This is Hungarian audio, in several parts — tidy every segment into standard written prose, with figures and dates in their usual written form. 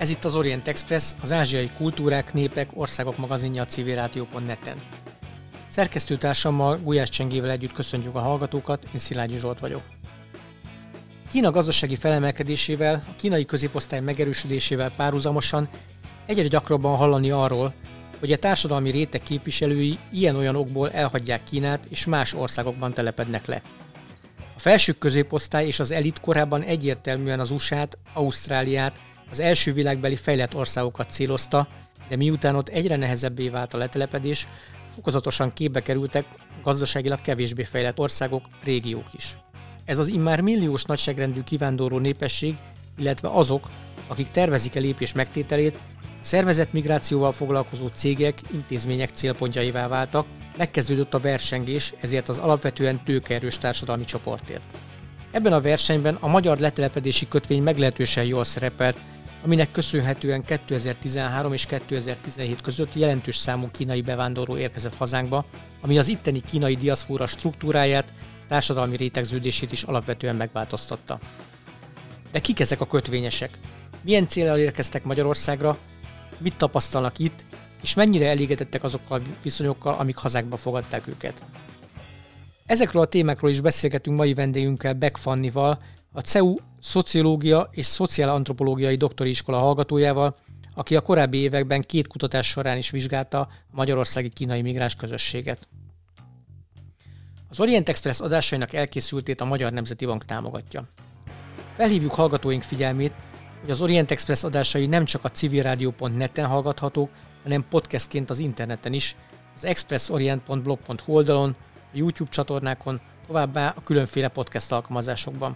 Ez itt az Orient Express, az ázsiai kultúrák, népek, országok magazinja a civilrádió.net-en. Szerkesztőtársammal, Gulyás Csengével együtt köszöntjük a hallgatókat, én Szilágyi Zsolt vagyok. Kína gazdasági felemelkedésével, a kínai középosztály megerősödésével párhuzamosan egyre gyakrabban hallani arról, hogy a társadalmi réteg képviselői ilyen-olyan okból elhagyják Kínát és más országokban telepednek le. A felső középosztály és az elit korábban egyértelműen az USA-t, Ausztráliát, az első világbeli fejlett országokat célozta, de miután ott egyre nehezebbé vált a letelepedés, fokozatosan képbe kerültek gazdaságilag kevésbé fejlett országok, régiók is. Ez az immár milliós nagyságrendű kivándorló népesség, illetve azok, akik tervezik a lépés megtételét, szervezett migrációval foglalkozó cégek, intézmények célpontjaivá váltak, megkezdődött a versengés, ezért az alapvetően tőkeerős társadalmi csoportért. Ebben a versenyben a magyar letelepedési kötvény meglehetősen jól szerepelt, aminek köszönhetően 2013 és 2017 között jelentős számú kínai bevándorló érkezett hazánkba, ami az itteni kínai diaszpóra struktúráját, társadalmi rétegződését is alapvetően megváltoztatta. De kik ezek a kötvényesek? Milyen céllal érkeztek Magyarországra? Mit tapasztalnak itt, és mennyire elégedettek azokkal a viszonyokkal, amik hazákba fogadták őket? Ezekről a témákról is beszélgetünk mai vendégünkkel, Beck Fannival, a CEU szociológia és szociálantropológiai doktori iskola hallgatójával, aki a korábbi években 2 kutatás során is vizsgálta a magyarországi kínai migráns közösséget. Az Orient Express adásainak elkészültét a Magyar Nemzeti Bank támogatja. Felhívjuk hallgatóink figyelmét, hogy az Orient Express adásai nem csak a civilrádió.net-en hallgathatók, hanem podcastként az interneten is, az expressorient.blog.hu oldalon, a YouTube csatornákon, továbbá a különféle podcast alkalmazásokban.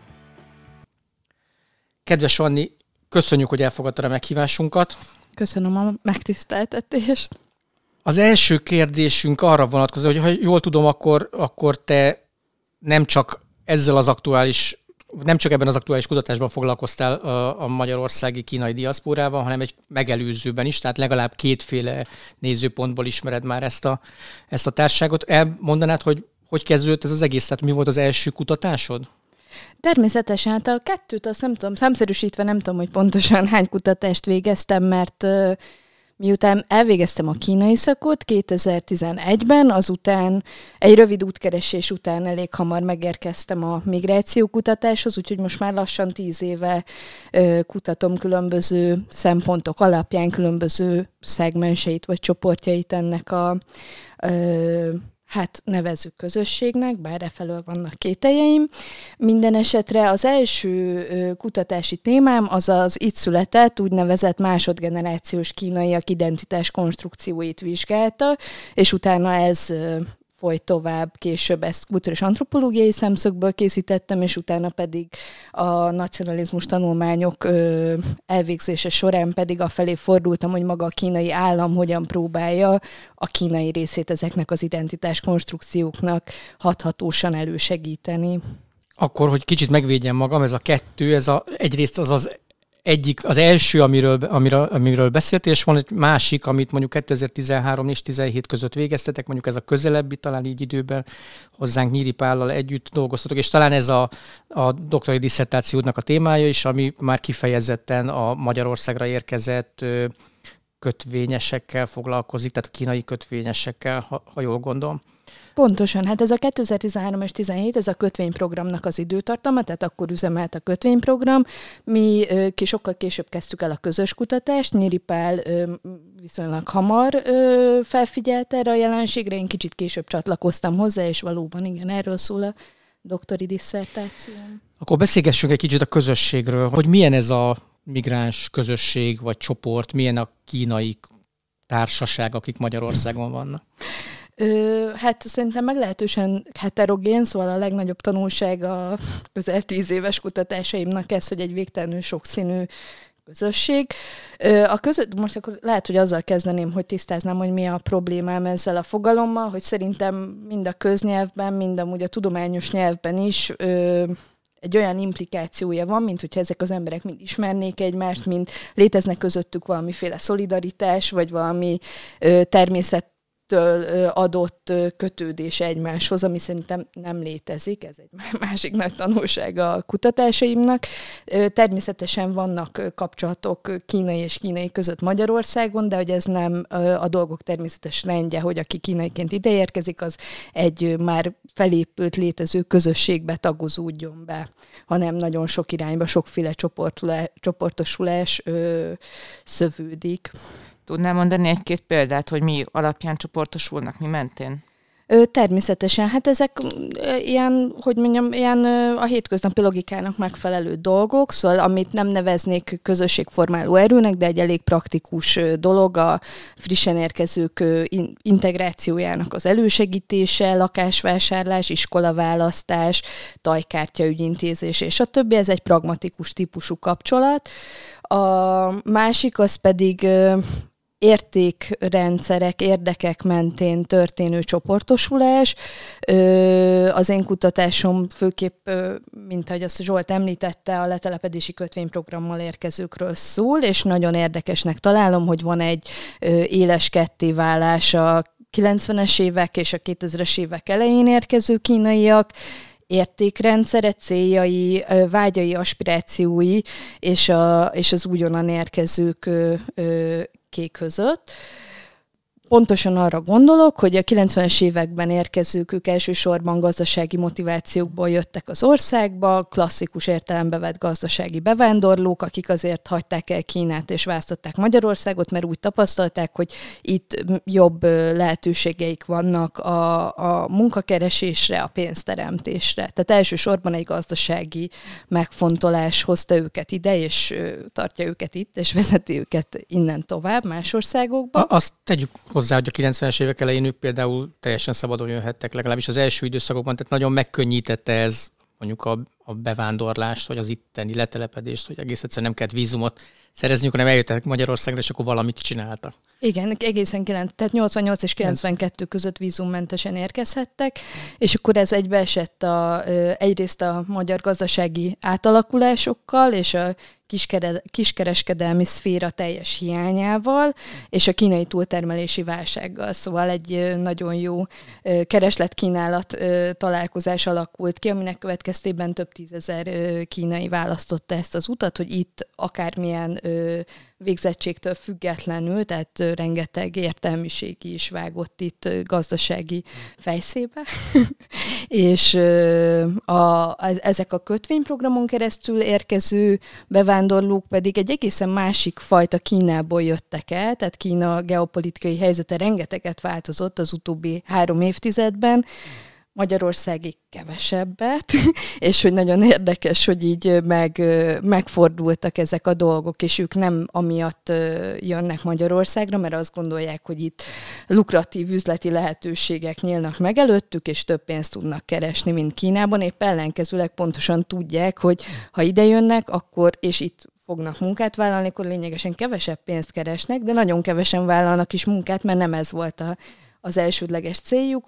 Kedves Fanni, köszönjük, hogy elfogadtad a meghívásunkat. Köszönöm a megtiszteltetést. Az első kérdésünk arra vonatkozó, hogy ha jól tudom, akkor te nem csak ebben az aktuális kutatásban foglalkoztál a magyarországi kínai diaszpórával, hanem egy megelőzőben is, tehát legalább 2 nézőpontból ismered már ezt a társaságot. Elmondanád, hogy kezdődött ez az egész? Tehát mi volt az első kutatásod? Természetesen, hát a 2-t azt nem tudom, számszerűsítve nem tudom, hogy pontosan hány kutatást végeztem, mert miután elvégeztem a kínai szakot 2011-ben, azután egy rövid útkeresés után elég hamar megérkeztem a migrációkutatáshoz, úgyhogy most már lassan 10 éve kutatom különböző szempontok alapján, különböző szegmenseit vagy csoportjait ennek a nevezzük közösségnek, bár efelől vannak kételjeim. Minden esetre az első kutatási témám az az itt született úgynevezett másodgenerációs kínaiak identitás konstrukcióit vizsgálta, és utána ez folyt tovább, később ezt kulturális antropológiai szemszögből készítettem, és utána pedig a nacionalizmus tanulmányok elvégzése során pedig afelé fordultam, hogy maga a kínai állam hogyan próbálja a kínai részét ezeknek az identitás konstrukcióknak hathatósan elősegíteni. Akkor, hogy kicsit megvédjem magam, ez a 2, egyrészt az első, amiről beszéltél, és van egy másik, amit mondjuk 2013 és 2017 között végeztetek, mondjuk ez a közelebbi, talán így időben hozzánk Nyíri Pállal együtt dolgoztatok, és talán ez a doktori disszertációdnak a témája is, ami már kifejezetten a Magyarországra érkezett kötvényesekkel foglalkozik, tehát a kínai kötvényesekkel, ha jól gondolom. Pontosan, hát ez a 2013 és 2017, ez a kötvényprogramnak az időtartama, tehát akkor üzemelt a kötvényprogram. Mi sokkal később kezdtük el a közös kutatást, Nyíri Pál viszonylag hamar felfigyelt erre a jelenségre, én kicsit később csatlakoztam hozzá, és valóban igen, erről szól a doktori disszertációm. Akkor beszélgessünk egy kicsit a közösségről, hogy milyen ez a migráns közösség vagy csoport, milyen a kínai társaság, akik Magyarországon vannak. Hát szerintem meglehetősen heterogén, szóval a legnagyobb tanulság a közel 10 éves kutatásaimnak ez, hogy egy végtelenül sokszínű közösség. Most akkor lehet, hogy azzal kezdeném, hogy tisztáznám, hogy mi a problémám ezzel a fogalommal, hogy szerintem mind a köznyelvben, mind amúgy a tudományos nyelvben is egy olyan implikációja van, mint hogyha ezek az emberek mind ismernék egymást, mind léteznek közöttük valamiféle szolidaritás, vagy valami adott kötődés egymáshoz, ami szerintem nem létezik, ez egy másik nagy tanulsága a kutatásaimnak. Természetesen vannak kapcsolatok kínai és kínai között Magyarországon, de hogy ez nem a dolgok természetes rendje, hogy aki kínaiként ideérkezik, az egy már felépült létező közösségbe tagozódjon be, hanem nagyon sok irányba, sokféle csoportosulás szövődik. Tudnál mondani egy-két példát, hogy mi alapján csoportosulnak, mi mentén? Természetesen, hát ezek ilyen a hétköznapi logikának megfelelő dolgok, szóval amit nem neveznék közösségformáló erőnek, de egy elég praktikus dolog a frissen érkezők integrációjának az elősegítése, lakásvásárlás, iskolaválasztás, tajkártya ügyintézés, és a többi, ez egy pragmatikus típusú kapcsolat. A másik az pedig értékrendszerek, érdekek mentén történő csoportosulás. Az én kutatásom főképp, mint ahogy azt Zsolt említette, a letelepedési kötvényprogrammal érkezőkről szól, és nagyon érdekesnek találom, hogy van egy éles kettéválás a 90-es évek és a 2000-es évek elején érkező kínaiak, értékrendszere, céljai, vágyai, aspirációi és az újonnan érkezők között. Pontosan arra gondolok, hogy a 90-es években érkezők, ők elsősorban gazdasági motivációkból jöttek az országba, klasszikus értelembe vett gazdasági bevándorlók, akik azért hagyták el Kínát és választották Magyarországot, mert úgy tapasztalták, hogy itt jobb lehetőségeik vannak a munkakeresésre, a pénzteremtésre. Tehát elsősorban egy gazdasági megfontolás hozta őket ide, és tartja őket itt, és vezeti őket innen tovább más országokba. Azt tegyük hozzá, hogy a 90-es évek elején ők például teljesen szabadon jöhettek, legalábbis az első időszakokban, tehát nagyon megkönnyítette ez mondjuk a bevándorlást, vagy az itteni letelepedést, hogy egész egyszerűen nem kellett vízumot szerezniük, hanem eljöttek Magyarországra, és akkor valamit csináltak. Igen, egészen tehát 88 és 92 között vízummentesen érkezhettek, és akkor ez egybeesett egyrészt a magyar gazdasági átalakulásokkal, és a kiskereskedelmi szféra teljes hiányával, és a kínai túltermelési válsággal. Szóval egy nagyon jó kereslet-kínálat találkozás alakult ki, aminek következtében több tízezer kínai választotta ezt az utat, hogy itt akármilyen végzettségtől függetlenül, tehát rengeteg értelmiségi is vágott itt gazdasági fejszébe, és ezek a kötvényprogramon keresztül érkező bevándorlók pedig egy egészen másik fajta Kínából jöttek el, tehát Kína geopolitikai helyzete rengeteget változott az utóbbi 3 évtizedben, Magyarországi kevesebbet, és hogy nagyon érdekes, hogy így megfordultak ezek a dolgok, és ők nem amiatt jönnek Magyarországra, mert azt gondolják, hogy itt lukratív üzleti lehetőségek nyílnak meg előttük, és több pénzt tudnak keresni, mint Kínában. Épp ellenkezőleg pontosan tudják, hogy ha ide jönnek, akkor, és itt fognak munkát vállalni, akkor lényegesen kevesebb pénzt keresnek, de nagyon kevesen vállalnak is munkát, mert nem ez volt az elsődleges céljuk,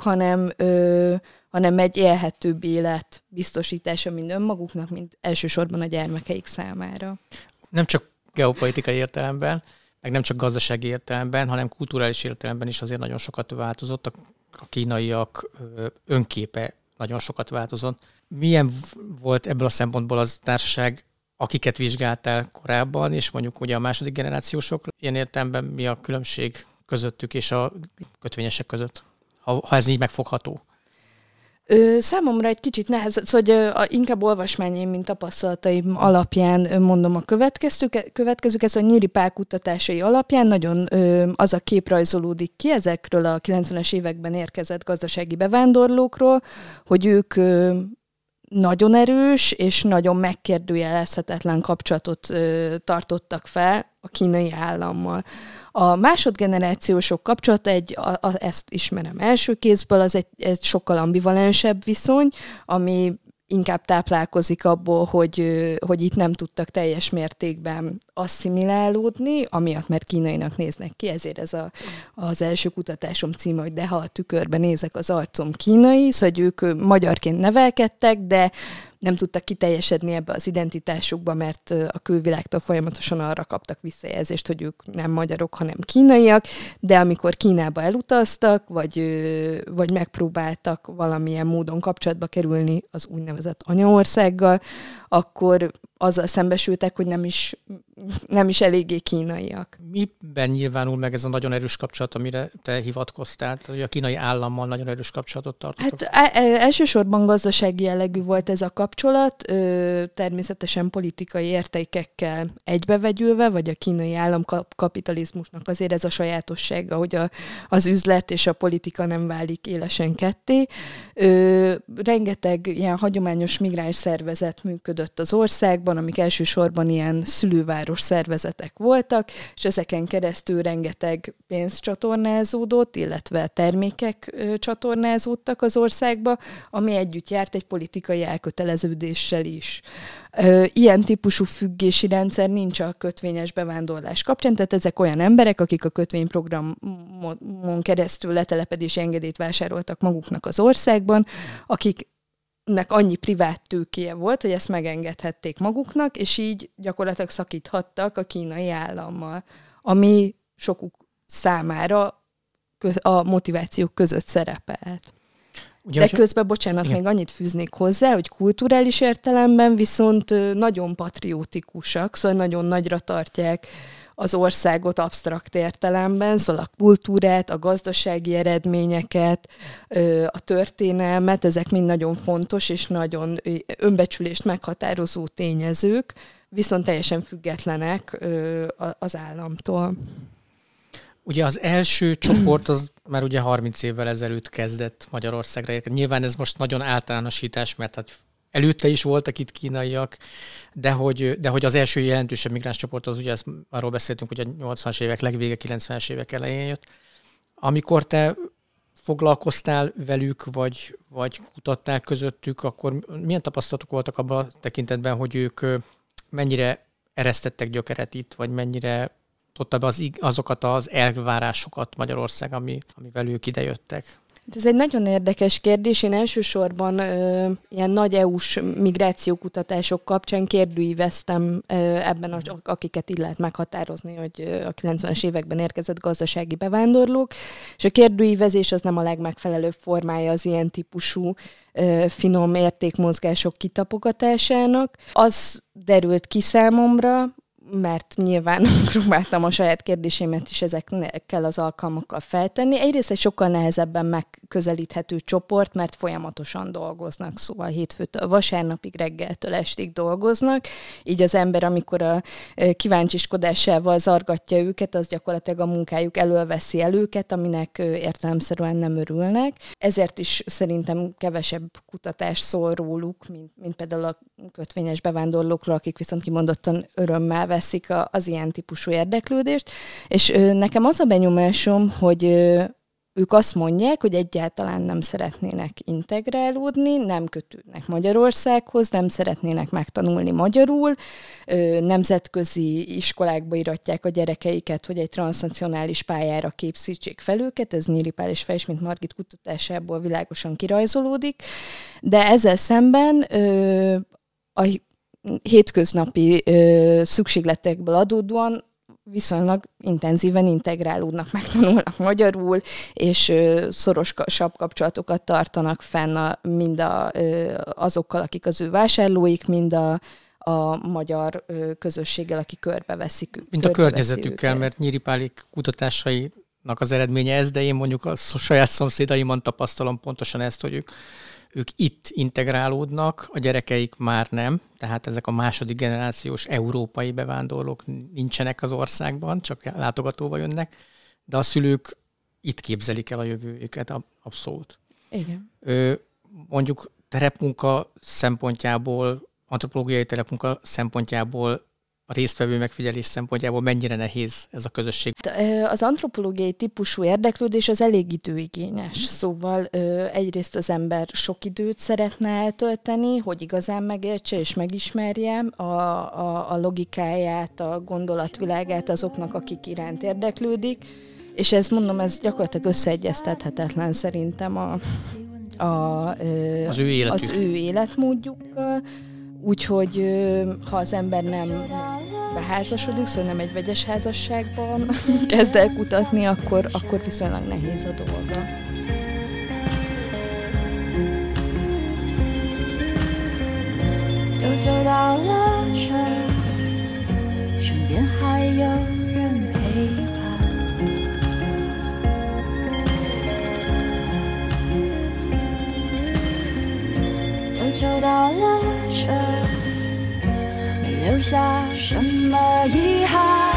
hanem egy élhetőbb élet biztosítása mind önmaguknak, mind elsősorban a gyermekeik számára. Nem csak geopolitikai értelemben, meg nem csak gazdasági értelemben, hanem kulturális értelemben is azért nagyon sokat változott. A kínaiak önképe nagyon sokat változott. Milyen volt ebből a szempontból az társaság, akiket vizsgáltál korábban, és mondjuk ugye a második generációsok, ilyen értelemben mi a különbség közöttük és a kötvényesek között, ha ez így megfogható? Számomra egy kicsit nehezebb, hogy inkább olvasmányaim, mint tapasztalataim alapján mondom a következőket, szóval Nyíri Pál kutatásai alapján nagyon az a kép rajzolódik ki ezekről a 90-es években érkezett gazdasági bevándorlókról, hogy ők nagyon erős és nagyon megkérdőjelezhetetlen kapcsolatot tartottak fel a kínai állammal. A másodgenerációsok kapcsolata, ezt ismerem első kézből, az egy sokkal ambivalensebb viszony, ami inkább táplálkozik abból, hogy itt nem tudtak teljes mértékben asszimilálódni, amiatt, mert kínainak néznek ki, ezért ez az első kutatásom címe, hogy de ha a tükörben nézek, az arcom kínai, szóval ők magyarként nevelkedtek, de nem tudtak kiteljesedni ebbe az identitásukba, mert a külvilágtól folyamatosan arra kaptak visszajelzést, hogy ők nem magyarok, hanem kínaiak, de amikor Kínába elutaztak, vagy megpróbáltak valamilyen módon kapcsolatba kerülni az úgynevezett anyaországgal, akkor azzal szembesültek, hogy nem is eléggé kínaiak. Miben nyilvánul meg ez a nagyon erős kapcsolat, amire te hivatkoztál, hogy a kínai állammal nagyon erős kapcsolatot tartottak? Hát elsősorban gazdasági jellegű volt ez a kapcsolat, természetesen politikai értékekkel egybevegyülve, vagy a kínai államkapitalizmusnak azért ez a sajátossága, hogy az üzlet és a politika nem válik élesen ketté. Rengeteg ilyen hagyományos migráns szervezet működött az országban, amik elsősorban ilyen szülőváros szervezetek voltak, és ezeken keresztül rengeteg pénz csatornázódott, illetve termékek csatornázódtak az országba, ami együtt járt egy politikai elköteleződéssel is. Ilyen típusú függési rendszer nincs a kötvényes bevándorlás kapcsán, tehát ezek olyan emberek, akik a kötvényprogramon keresztül letelepedési engedélyt vásároltak maguknak az országban, akiknek annyi privát tőkéje volt, hogy ezt megengedhették maguknak, és így gyakorlatilag szakíthattak a kínai állammal, ami sokuk számára a motivációk között szerepelt. De közben, bocsánat, igen, még annyit fűznék hozzá, hogy kulturális értelemben viszont nagyon patriotikusak, szóval nagyon nagyra tartják az országot absztrakt értelemben, szóval a kultúrát, a gazdasági eredményeket, a történelmet, ezek mind nagyon fontos és nagyon önbecsülést meghatározó tényezők, viszont teljesen függetlenek az államtól. Ugye az első csoport az már ugye 30 évvel ezelőtt kezdett Magyarországra érkezni. Nyilván ez most nagyon általánosítás, mert hát előtte is voltak itt kínaiak, de hogy az első jelentősebb migráns csoport az ugye, arról beszéltünk, hogy a 80-as évek legvége, 90-es évek elején jött. Amikor te foglalkoztál velük, vagy kutattál közöttük, akkor milyen tapasztalatok voltak abban a tekintetben, hogy ők mennyire eresztettek gyökeret itt, vagy mennyire tudta be azokat az elvárásokat Magyarország, amivel ők idejöttek? Ez egy nagyon érdekes kérdés. Én elsősorban ilyen nagy EU-s migrációkutatások kapcsán kérdőíveztem ebben, akiket így lehet meghatározni, hogy a 90-es években érkezett gazdasági bevándorlók, és a kérdőívezés az nem a legmegfelelőbb formája az ilyen típusú finom értékmozgások kitapogatásának. Az derült ki számomra, mert nyilván próbáltam a saját kérdésémet is ezekkel az alkalmakkal feltenni. Egyrészt egy sokkal nehezebben megközelíthető csoport, mert folyamatosan dolgoznak, szóval hétfőtől vasárnapig, reggeltől estig dolgoznak. Így az ember, amikor a kíváncsiskodásával zargatja őket, az gyakorlatilag a munkájuk elől veszi el őket, aminek értelemszerűen nem örülnek. Ezért is szerintem kevesebb kutatás szól róluk, mint például a kötvényes bevándorlókról, akik viszont kimondottan örömmel veszik az ilyen típusú érdeklődést. És nekem az a benyomásom, hogy ők azt mondják, hogy egyáltalán nem szeretnének integrálódni, nem kötődnek Magyarországhoz, nem szeretnének megtanulni magyarul, nemzetközi iskolákba iratják a gyerekeiket, hogy egy transznacionális pályára képzítsék fel őket, ez Nyíri Pál és Fejsmit Margit kutatásából világosan kirajzolódik, de ezzel szemben a hétköznapi szükségletekből adódóan viszonylag intenzíven integrálódnak, megtanulnak magyarul, és szorosabb kapcsolatokat tartanak fenn mind azokkal, akik az ő vásárlóik, mind a magyar közösséggel, aki körbeveszik. Mint a környezetükkel, mert Nyíri Pálik kutatásainak az eredménye ez, de én mondjuk a saját szomszédaimon tapasztalom pontosan ezt, hogy ők itt integrálódnak, a gyerekeik már nem, tehát ezek a második generációs európai bevándorlók nincsenek az országban, csak látogatóba jönnek, de a szülők itt képzelik el a jövőjüket abszolút. Igen. Mondjuk terepmunka szempontjából, antropológiai terepmunka szempontjából, a résztvevő megfigyelés szempontjából mennyire nehéz ez a közösség? Az antropológiai típusú érdeklődés az elég időigényes. Szóval egyrészt az ember sok időt szeretne eltölteni, hogy igazán megértse és megismerje a logikáját, a gondolatvilágát azoknak, akik iránt érdeklődik. És ez gyakorlatilag összeegyeztethetetlen szerintem az ő életmódjukkal, úgyhogy ha az ember nem beházasodik, szóval nem egy vegyes házasságban kezd el kutatni, akkor viszonylag nehéz a dolga. 都走到了这，身边还有人陪伴。都走到了这，没留下什么遗憾。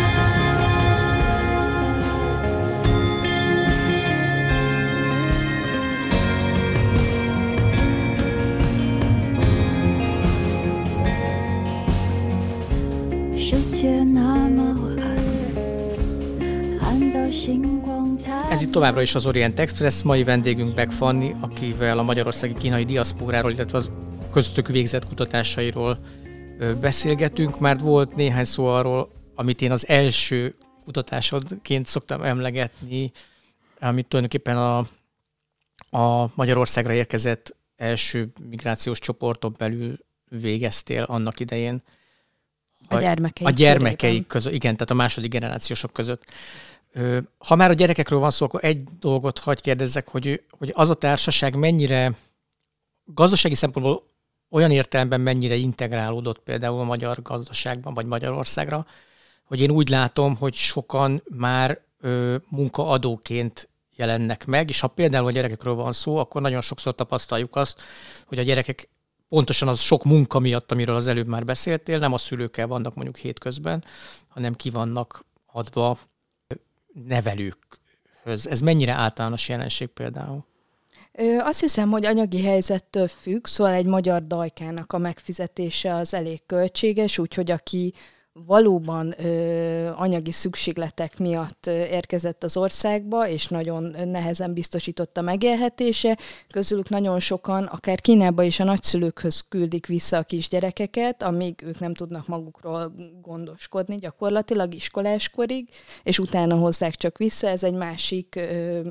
Ez itt továbbra is az Orient Express, mai vendégünk Beck Fanni, akivel a magyarországi kínai diaszpóráról, illetve az köztük végzett kutatásairól beszélgetünk. Már volt néhány szó arról, amit én az első kutatásodként szoktam emlegetni, amit tulajdonképpen a Magyarországra érkezett első migrációs csoporton belül végeztél annak idején. A gyermekeik között, igen, tehát a második generációsok között. Ha már a gyerekekről van szó, akkor egy dolgot hadd kérdezzek, hogy az a társaság mennyire, gazdasági szempontból olyan értelemben mennyire integrálódott például a magyar gazdaságban, vagy Magyarországra, hogy én úgy látom, hogy sokan már munkaadóként jelennek meg, és ha például a gyerekekről van szó, akkor nagyon sokszor tapasztaljuk azt, hogy a gyerekek pontosan az sok munka miatt, amiről az előbb már beszéltél, nem a szülőkkel vannak mondjuk hétközben, hanem ki vannak adva nevelőkhöz. Ez mennyire általános jelenség például? Azt hiszem, hogy anyagi helyzettől függ, szóval egy magyar dajkának a megfizetése az elég költséges, úgyhogy aki valóban anyagi szükségletek miatt érkezett az országba, és nagyon nehezen biztosította megélhetése. Közülük nagyon sokan, akár Kínába is a nagyszülőkhöz küldik vissza a kisgyerekeket, amíg ők nem tudnak magukról gondoskodni gyakorlatilag iskoláskorig, és utána hozzák csak vissza. Ez egy másik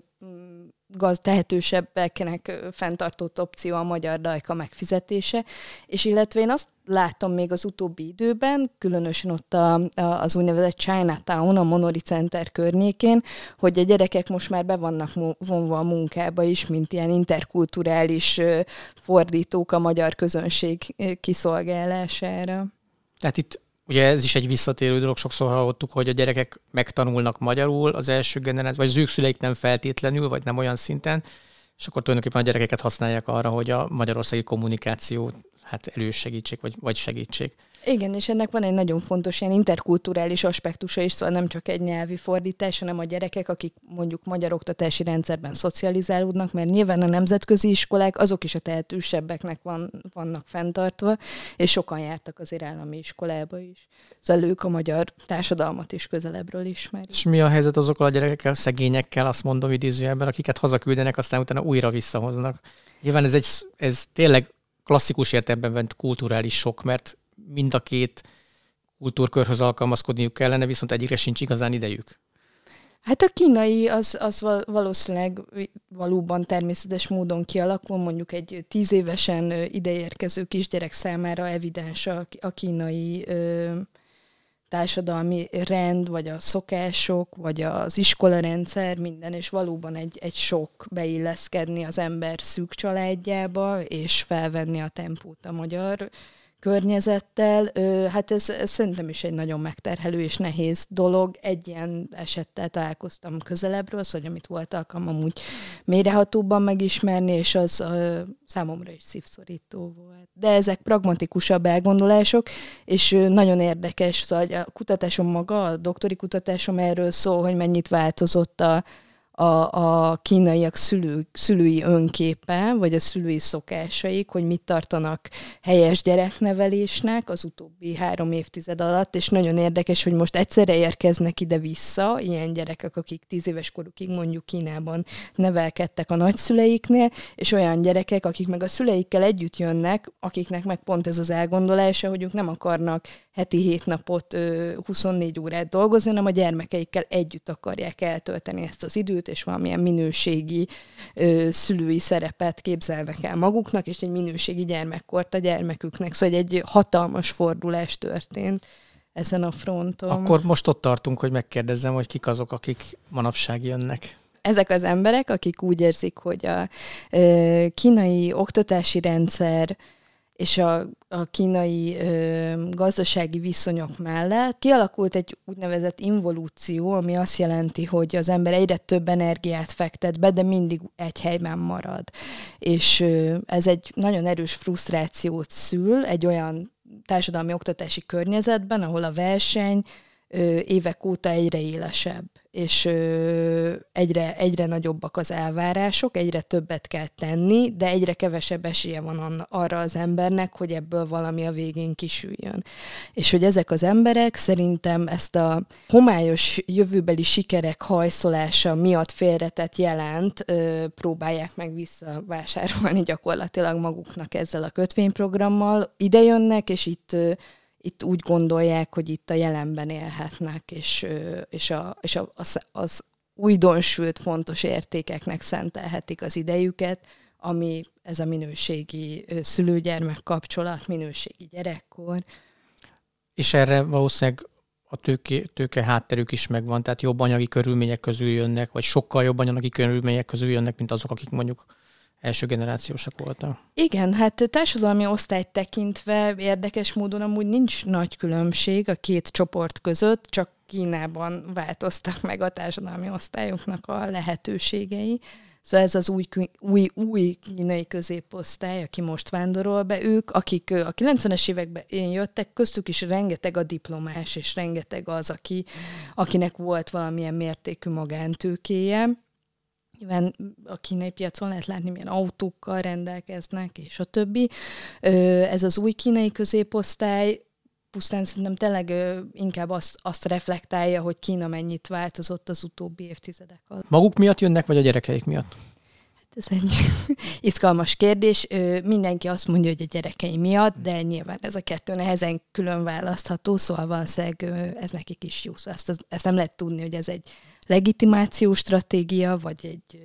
tehetősebbeknek fenntartott opció a magyar dajka megfizetése, és illetve én azt látom még az utóbbi időben, különösen ott az úgynevezett Chinatown, a Monori Center környékén, hogy a gyerekek most már be vannak vonva a munkába is, mint ilyen interkulturális fordítók a magyar közönség kiszolgálására. Tehát itt ugye ez is egy visszatérő dolog, sokszor hallottuk, hogy a gyerekek megtanulnak magyarul az első generáció, vagy az ők szüleik nem feltétlenül, vagy nem olyan szinten, és akkor tulajdonképpen a gyerekeket használják arra, hogy a magyarországi kommunikációt elősegítsék, vagy segítsék. Igen, és ennek van egy nagyon fontos ilyen interkulturális aspektusa is, szóval nem csak egy nyelvi fordítás, hanem a gyerekek, akik mondjuk magyar oktatási rendszerben szocializálódnak, mert nyilván a nemzetközi iskolák azok is a tehetősebbeknek vannak fenntartva, és sokan jártak azért állami iskolába is. Szóval ők a magyar társadalmat is közelebbről ismerik. És mi a helyzet azokkal a gyerekekkel, szegényekkel, azt mondom idézőjelben, akiket hazaküldenek, aztán utána újra visszahoznak? Nyilván ez tényleg klasszikus értelemben vett kulturális sok, mert mind a két kultúrkörhöz alkalmazkodniuk kellene, viszont egyikre sincs igazán idejük. Hát a kínai az valószínűleg valóban természetes módon kialakul, mondjuk egy 10 évesen ideérkező kisgyerek számára evidens a kínai társadalmi rend, vagy a szokások, vagy az iskolarendszer, minden, és valóban egy sok beilleszkedni az ember szűk családjába, és felvenni a tempót a magyar környezettel. Hát ez szerintem is egy nagyon megterhelő és nehéz dolog. Egy ilyen esettel találkoztam közelebbről, szóval amit volt alkalmam úgy mélyrehatóbban megismerni, és az számomra is szívszorító volt. De ezek pragmatikusabb elgondolások, és nagyon érdekes, szóval a kutatásom maga, a doktori kutatásom erről szól, hogy mennyit változott a kínaiak szülői önképe, vagy a szülői szokásaik, hogy mit tartanak helyes gyereknevelésnek az utóbbi 3 évtized alatt, és nagyon érdekes, hogy most egyszerre érkeznek ide-vissza ilyen gyerekek, akik 10 éves korukig mondjuk Kínában nevelkedtek a nagyszüleiknél, és olyan gyerekek, akik meg a szüleikkel együtt jönnek, akiknek meg pont ez az elgondolása, hogy ők nem akarnak heti 7 napot 24 órát dolgozni, hanem a gyermekeikkel együtt akarják eltölteni ezt az időt, szülőt, és valamilyen minőségi szülői szerepet képzelnek el maguknak, és egy minőségi gyermekkort a gyermeküknek. Szóval egy hatalmas fordulás történt ezen a fronton. Akkor most ott tartunk, hogy megkérdezzem, hogy kik azok, akik manapság jönnek. Ezek az emberek, akik úgy érzik, hogy a kínai oktatási rendszer és a kínai gazdasági viszonyok mellett kialakult egy úgynevezett involúció, ami azt jelenti, hogy az ember egyre több energiát fektet be, de mindig egy helyben marad. És ez egy nagyon erős frusztrációt szül egy olyan társadalmi oktatási környezetben, ahol a verseny évek óta egyre élesebb, és egyre nagyobbak az elvárások, egyre többet kell tenni, de egyre kevesebb esélye van arra az embernek, hogy ebből valami a végén kisüljön. És hogy ezek az emberek szerintem ezt a homályos jövőbeli sikerek hajszolása miatt félretett jelent próbálják meg visszavásárolni gyakorlatilag maguknak ezzel a kötvényprogrammal. Ide jönnek, és itt úgy gondolják, hogy itt a jelenben élhetnek, és az újdonsült fontos értékeknek szentelhetik az idejüket, ami ez a minőségi szülő-gyermek kapcsolat, minőségi gyerekkor. És erre valószínűleg a tőke hátterük is megvan, tehát jobb anyagi körülmények közül jönnek, vagy sokkal jobb anyagi körülmények közül jönnek, mint azok, akik mondjuk első generációsak voltak. Igen, hát társadalmi osztályt tekintve érdekes módon amúgy nincs nagy különbség a két csoport között, csak Kínában változtak meg a társadalmi osztályoknak a lehetőségei. Szóval ez az új kínai középosztály, aki most vándorol be, ők, akik a 90-es években jöttek, köztük is rengeteg a diplomás, és rengeteg az, akinek volt valamilyen mértékű magántőkéje. Nyilván a kínai piacon lehet látni, milyen autókkal rendelkeznek, és a többi. Ez az új kínai középosztály pusztán szerintem tényleg inkább azt reflektálja, hogy Kína mennyit változott az utóbbi évtizedek alatt. Maguk miatt jönnek, vagy a gyerekeik miatt? Hát ez egy izgalmas kérdés. Mindenki azt mondja, hogy a gyerekei miatt, de nyilván ez a kettő nehezen külön választható, szóval valószínűleg ez nekik is jó. Szóval ezt nem lehet tudni, hogy ez egy legitimációs stratégia, vagy egy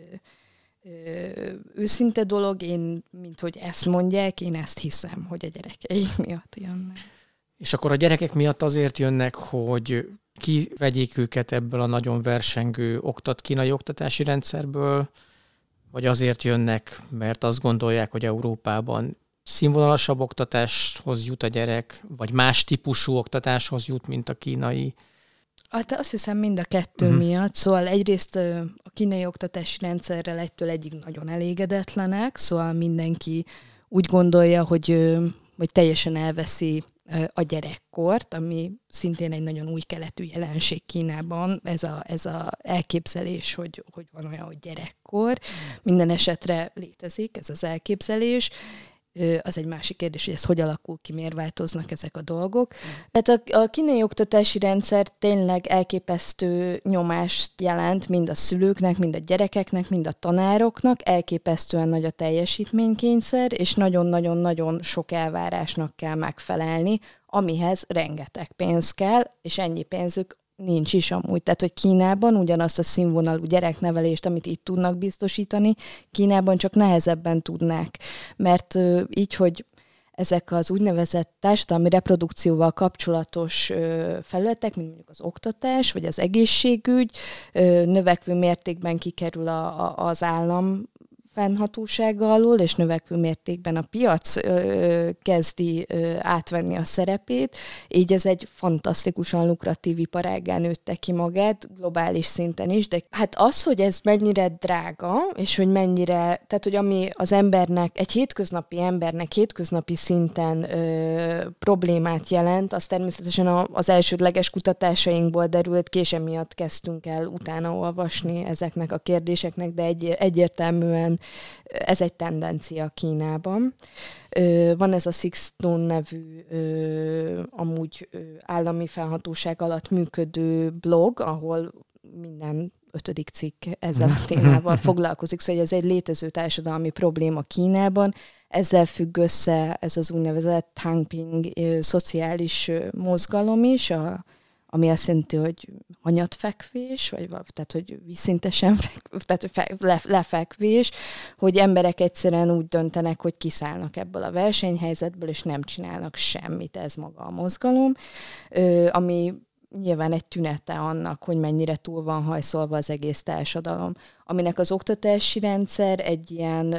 őszinte dolog. Én, mint hogy ezt mondják, én ezt hiszem, hogy a gyerekei miatt jönnek. És akkor a gyerekek miatt azért jönnek, hogy kivegyék őket ebből a nagyon versengő kínai oktatási rendszerből, vagy azért jönnek, mert azt gondolják, hogy Európában színvonalasabb oktatáshoz jut a gyerek, vagy más típusú oktatáshoz jut, mint a kínai? Hát azt hiszem mind a kettő miatt. Szóval egyrészt a kínai oktatási rendszerrel egytől egyig nagyon elégedetlenek, szóval mindenki úgy gondolja, hogy teljesen elveszi a gyerekkort, ami szintén egy nagyon új keletű jelenség Kínában, ez a elképzelés, hogy van olyan, hogy gyerekkor. Minden esetre létezik ez az elképzelés. Az egy másik kérdés, hogy ez hogy alakul ki, miért változnak ezek a dolgok. Tehát a kínai oktatási rendszer tényleg elképesztő nyomást jelent mind a szülőknek, mind a gyerekeknek, mind a tanároknak, elképesztően nagy a teljesítménykényszer, és nagyon-nagyon-nagyon sok elvárásnak kell megfelelni, amihez rengeteg pénz kell, és ennyi pénzük nincs is amúgy. Tehát, hogy Kínában ugyanazt a színvonalú gyereknevelést, amit itt tudnak biztosítani, Kínában csak nehezebben tudnák. Mert így, hogy ezek az úgynevezett társadalmi reprodukcióval kapcsolatos felületek, mint mondjuk az oktatás, vagy az egészségügy, növekvő mértékben kikerül az állam fennhatósága alól, és növekvő mértékben a piac kezdi átvenni a szerepét, így ez egy fantasztikusan lukratív iparággá nőtte ki magát, globális szinten is, de hát az, hogy ez mennyire drága, és hogy mennyire, tehát hogy ami az embernek, egy hétköznapi embernek hétköznapi szinten problémát jelent, az természetesen az elsődleges kutatásainkból derült ki, és emiatt kezdtünk el utána olvasni ezeknek a kérdéseknek, de egyértelműen ez egy tendencia Kínában. Van ez a Sixstone nevű amúgy állami felhatóság alatt működő blog, ahol minden 5. cikk ezzel a témával foglalkozik, szóval ez egy létező társadalmi probléma Kínában. Ezzel függ össze ez az úgynevezett Tangping szociális mozgalom is, ami azt jelenti, hogy hanyatfekvés, tehát hogy vízszintesen tehát lefekvés, hogy emberek egyszerűen úgy döntenek, hogy kiszállnak ebből a versenyhelyzetből, és nem csinálnak semmit, ez maga a mozgalom, ami nyilván egy tünete annak, hogy mennyire túl van hajszolva az egész társadalom, aminek az oktatási rendszer egy ilyen,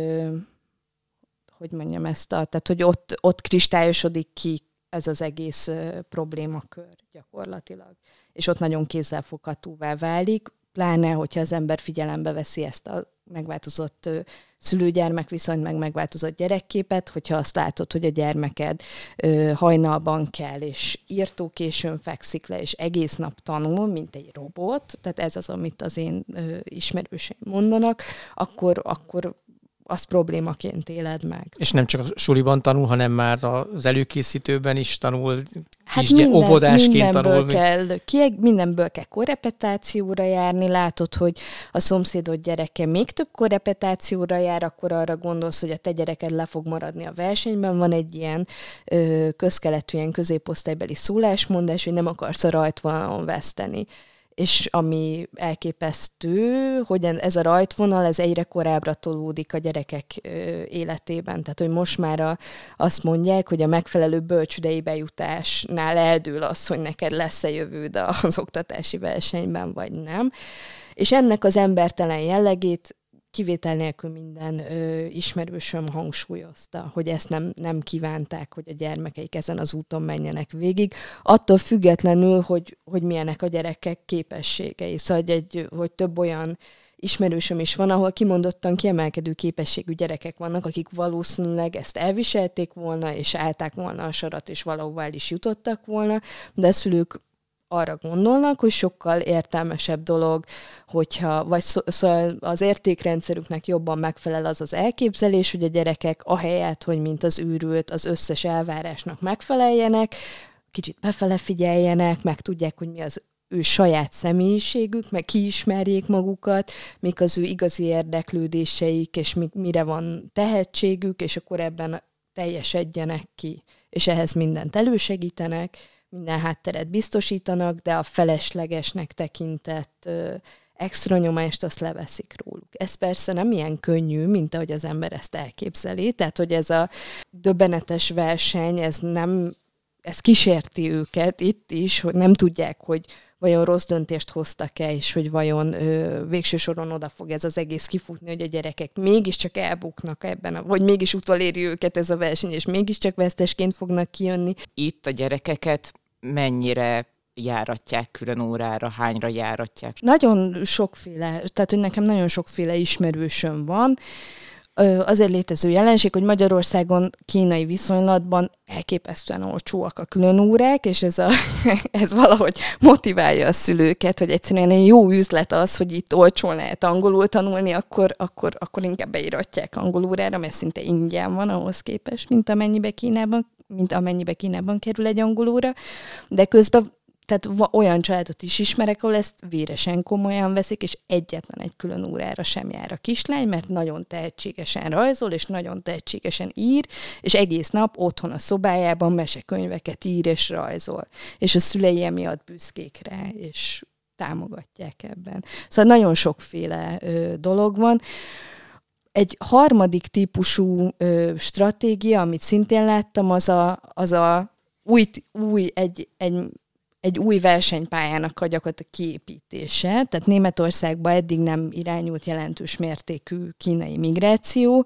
hogy mondjam tehát hogy ott kristályosodik ki ez az egész problémakör gyakorlatilag. És ott nagyon kézzelfoghatóvá válik, pláne, hogyha az ember figyelembe veszi ezt a megváltozott szülő-gyermek viszonyt, meg megváltozott gyerekképet, hogyha azt látod, hogy a gyermeked hajnalban kell, és írtókésőn fekszik le, és egész nap tanul, mint egy robot, tehát ez az, amit az én ismerőseim mondanak, akkor azt problémaként éled meg. És nem csak a suliban tanul, hanem már az előkészítőben is tanul, hát óvodásként tanul. Mindenből kell korrepetációra járni, látod, hogy a szomszédod gyereke még több korrepetációra jár, akkor arra gondolsz, hogy a te gyereked le fog maradni a versenyben. Van egy ilyen közkeletű, ilyen középosztálybeli szólásmondás, hogy nem akarsz a rajtvonalon veszteni. És ami elképesztő, hogy ez a rajtvonal, ez egyre korábbra tolódik a gyerekek életében. Tehát, hogy most már azt mondják, hogy a megfelelő bölcsődei bejutásnál eldől az, hogy neked lesz-e jövőd az oktatási versenyben, vagy nem. És ennek az embertelen jellegét kivétel nélkül minden ismerősöm hangsúlyozta, hogy ezt nem kívánták, hogy a gyermekeik ezen az úton menjenek végig. Attól függetlenül, hogy milyenek a gyerekek képességei. Szóval, hogy több olyan ismerősöm is van, ahol kimondottan kiemelkedő képességű gyerekek vannak, akik valószínűleg ezt elviselték volna, és állták volna a sarat, és valahová is jutottak volna, de a szülők arra gondolnak, hogy sokkal értelmesebb dolog, szóval az értékrendszerüknek jobban megfelel az elképzelés, hogy a gyerekek ahelyett, hogy mint az őrült, az összes elvárásnak megfeleljenek, kicsit befele figyeljenek, meg tudják, hogy mi az ő saját személyiségük, meg kiismerjék magukat, mik az ő igazi érdeklődéseik, és mire van tehetségük, és akkor ebben teljesedjenek ki. És ehhez mindent elősegítenek, minden hátteret biztosítanak, de a feleslegesnek tekintett extra nyomást azt leveszik róluk. Ez persze nem ilyen könnyű, mint ahogy az ember ezt elképzeli, tehát hogy ez a döbbenetes verseny, ez kísérti őket itt is, hogy nem tudják, hogy vajon rossz döntést hoztak-e, és hogy vajon végső soron oda fog ez az egész kifutni, hogy a gyerekek mégiscsak elbuknak ebben, vagy mégis utoléri őket ez a verseny, és mégiscsak vesztesként fognak kijönni. Itt a gyerekeket mennyire járatják külön órára, hányra járatják? Nagyon sokféle, tehát hogy nekem nagyon sokféle ismerősöm van. Azért létező jelenség, hogy Magyarországon kínai viszonylatban elképesztően olcsóak a külön órák, és ez valahogy motiválja a szülőket, hogy egyszerűen egy jó üzlet az, hogy itt olcsón lehet angolul tanulni, akkor inkább beíratják angol órára, mert szinte ingyen van ahhoz képest, mint amennyibe Kínában kerül egy angol óra, de közben tehát olyan családot is ismerek, ahol ezt véresen komolyan veszik, és egyetlen egy külön órára sem jár a kislány, mert nagyon tehetségesen rajzol, és nagyon tehetségesen ír, és egész nap otthon a szobájában mesekönyveket ír és rajzol. És a szülei emiatt büszkék rá, és támogatják ebben. Szóval nagyon sokféle dolog van. Egy harmadik típusú stratégia, amit szintén láttam, az a egy új versenypályának a gyakorlatilag kiépítése. Tehát Németországban eddig nem irányult jelentős mértékű kínai migráció.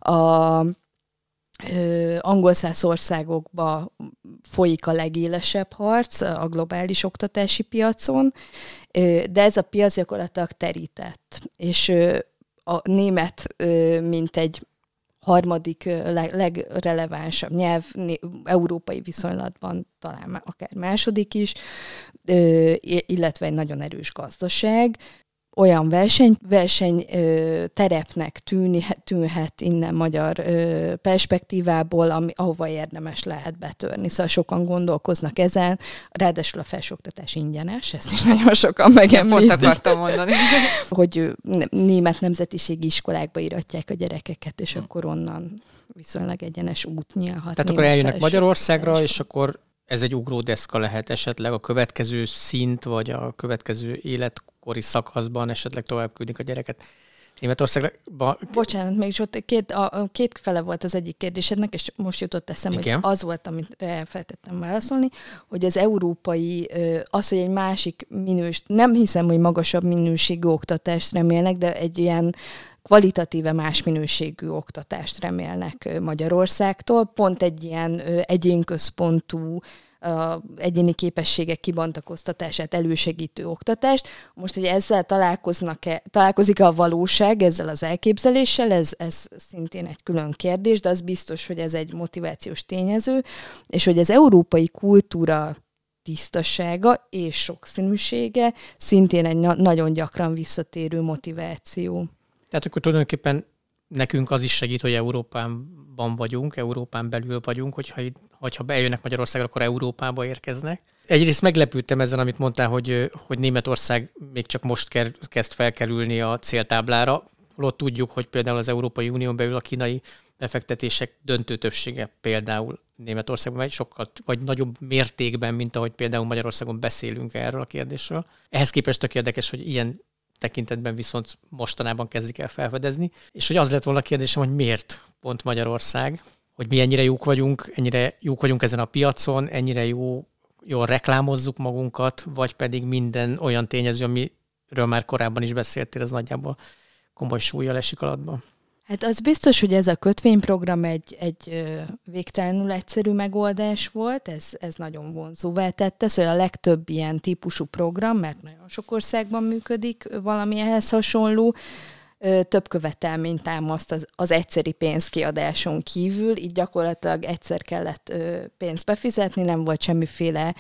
Angolszász országokban folyik a legélesebb harc a globális oktatási piacon, de ez a piac gyakorlatilag terített. És a német, mint egy harmadik legrelevánsabb nyelv, európai viszonylatban talán akár második is, illetve egy nagyon erős gazdaság. Olyan versenyterepnek tűnhet innen magyar perspektívából, ahova érdemes lehet betörni. Szóval sokan gondolkoznak ezen, ráadásul a felsőoktatás ingyenes, ezt is nagyon sokan megemlítik. Pont akartam mondani. Hogy német nemzetiségi iskolákba íratják a gyerekeket, és akkor onnan viszonylag egyenes út nyílhat. Tehát akkor eljönnek Magyarországra, és akkor ez egy ugródeszka lehet esetleg a következő szint, vagy a következő életkori szakaszban esetleg tovább küldik a gyereket Németországba. Bocsánat, mégis ott két fele volt az egyik kérdésednek, és most jutott eszembe, hogy az volt, amit elfelejtettem válaszolni, hogy az európai, az, hogy egy másik nem hiszem, hogy magasabb minőségű oktatást remélnek, de egy ilyen kvalitatíve más minőségű oktatást remélnek Magyarországtól. Pont egy ilyen egyénközpontú, egyéni képességek kibontakoztatását elősegítő oktatást. Most, hogy ezzel találkozik-e a valóság, ezzel az elképzeléssel, ez szintén egy külön kérdés, de az biztos, hogy ez egy motivációs tényező, és hogy az európai kultúra tisztasága és sokszínűsége szintén egy nagyon gyakran visszatérő motiváció. Tehát akkor tulajdonképpen nekünk az is segít, hogy Európában vagyunk, Európán belül vagyunk, hogyha bejönnek Magyarországra, akkor Európába érkeznek. Egyrészt meglepődtem ezen, amit mondtál, hogy Németország még csak most kezd felkerülni a céltáblára. Holott tudjuk, hogy például az Európai Unión belül a kínai befektetések döntő többsége például Németországban vagy sokkal vagy nagyobb mértékben, mint ahogy például Magyarországon beszélünk erről a kérdésről. Ehhez képest tök érdekes, hogy ilyen tekintetben viszont mostanában kezdik el felfedezni. És hogy az lett volna a kérdésem, hogy miért pont Magyarország, hogy mi ennyire jók vagyunk ezen a piacon, ennyire jól reklámozzuk magunkat, vagy pedig minden olyan tényező, amiről már korábban is beszéltél, az nagyjából komoly súllyal esik alatba. Hát az biztos, hogy ez a kötvényprogram egy végtelenül egyszerű megoldás volt, ez nagyon vonzóvá tette, szóval a legtöbb ilyen típusú program, mert nagyon sok országban működik valami ehhez hasonló, több követelményt támaszt az egyszeri pénzkiadáson kívül, így gyakorlatilag egyszer kellett pénzt befizetni, nem volt semmiféle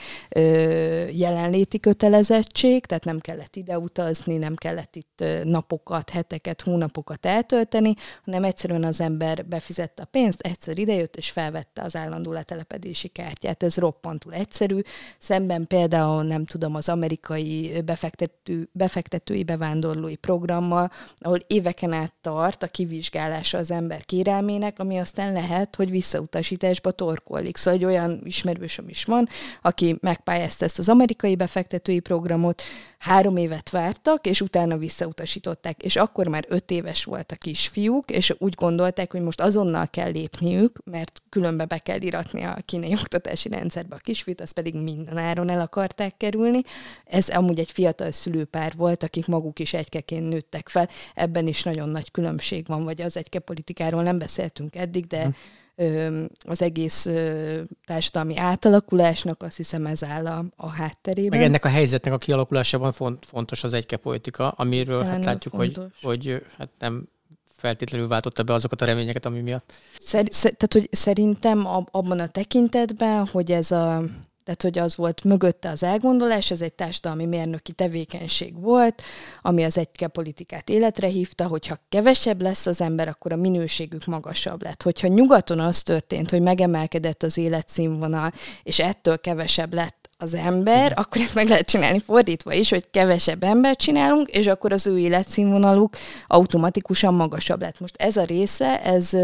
jelenléti kötelezettség, tehát nem kellett ide utazni, nem kellett itt napokat, heteket, hónapokat eltölteni, hanem egyszerűen az ember befizette a pénzt, egyszer idejött és felvette az állandó letelepedési kártyát. Ez roppantul egyszerű, szemben például nem tudom, az amerikai befektetői bevándorlói programmal, ahol éveken át tart a kivizsgálása az ember kérelmének, ami aztán lehet, hogy visszautasításba torkollik. Szóval egy olyan ismerősöm is van, aki megpályázta ezt az amerikai befektetői programot, 3 évet vártak, és utána visszautasították. És akkor már 5 éves volt a kisfiúk, és úgy gondolták, hogy most azonnal kell lépniük, mert különbe be kell iratni a kínai oktatási rendszerbe a kisfiút, azt pedig minden áron el akarták kerülni. Ez amúgy egy fiatal szülőpár volt, akik maguk is egykeként nőttek fel. Ebben is nagyon nagy különbség van, vagy az egykepolitikáról nem beszéltünk eddig, de az egész társadalmi átalakulásnak azt hiszem ez áll a hátterében. Meg ennek a helyzetnek a kialakulásában fontos az egykepolitika, amiről hát látjuk, hogy hát nem feltétlenül váltotta be azokat a reményeket, ami miatt. Tehát, hogy szerintem abban a tekintetben, hogy tehát, hogy az volt mögötte az elgondolás, ez egy társadalmi mérnöki tevékenység volt, ami az egykepolitikát életre hívta, hogyha kevesebb lesz az ember, akkor a minőségük magasabb lett. Hogyha nyugaton az történt, hogy megemelkedett az életszínvonal, és ettől kevesebb lett az ember, akkor ezt meg lehet csinálni fordítva is, hogy kevesebb embert csinálunk, és akkor az ő életszínvonaluk automatikusan magasabb lett. Most ez a része,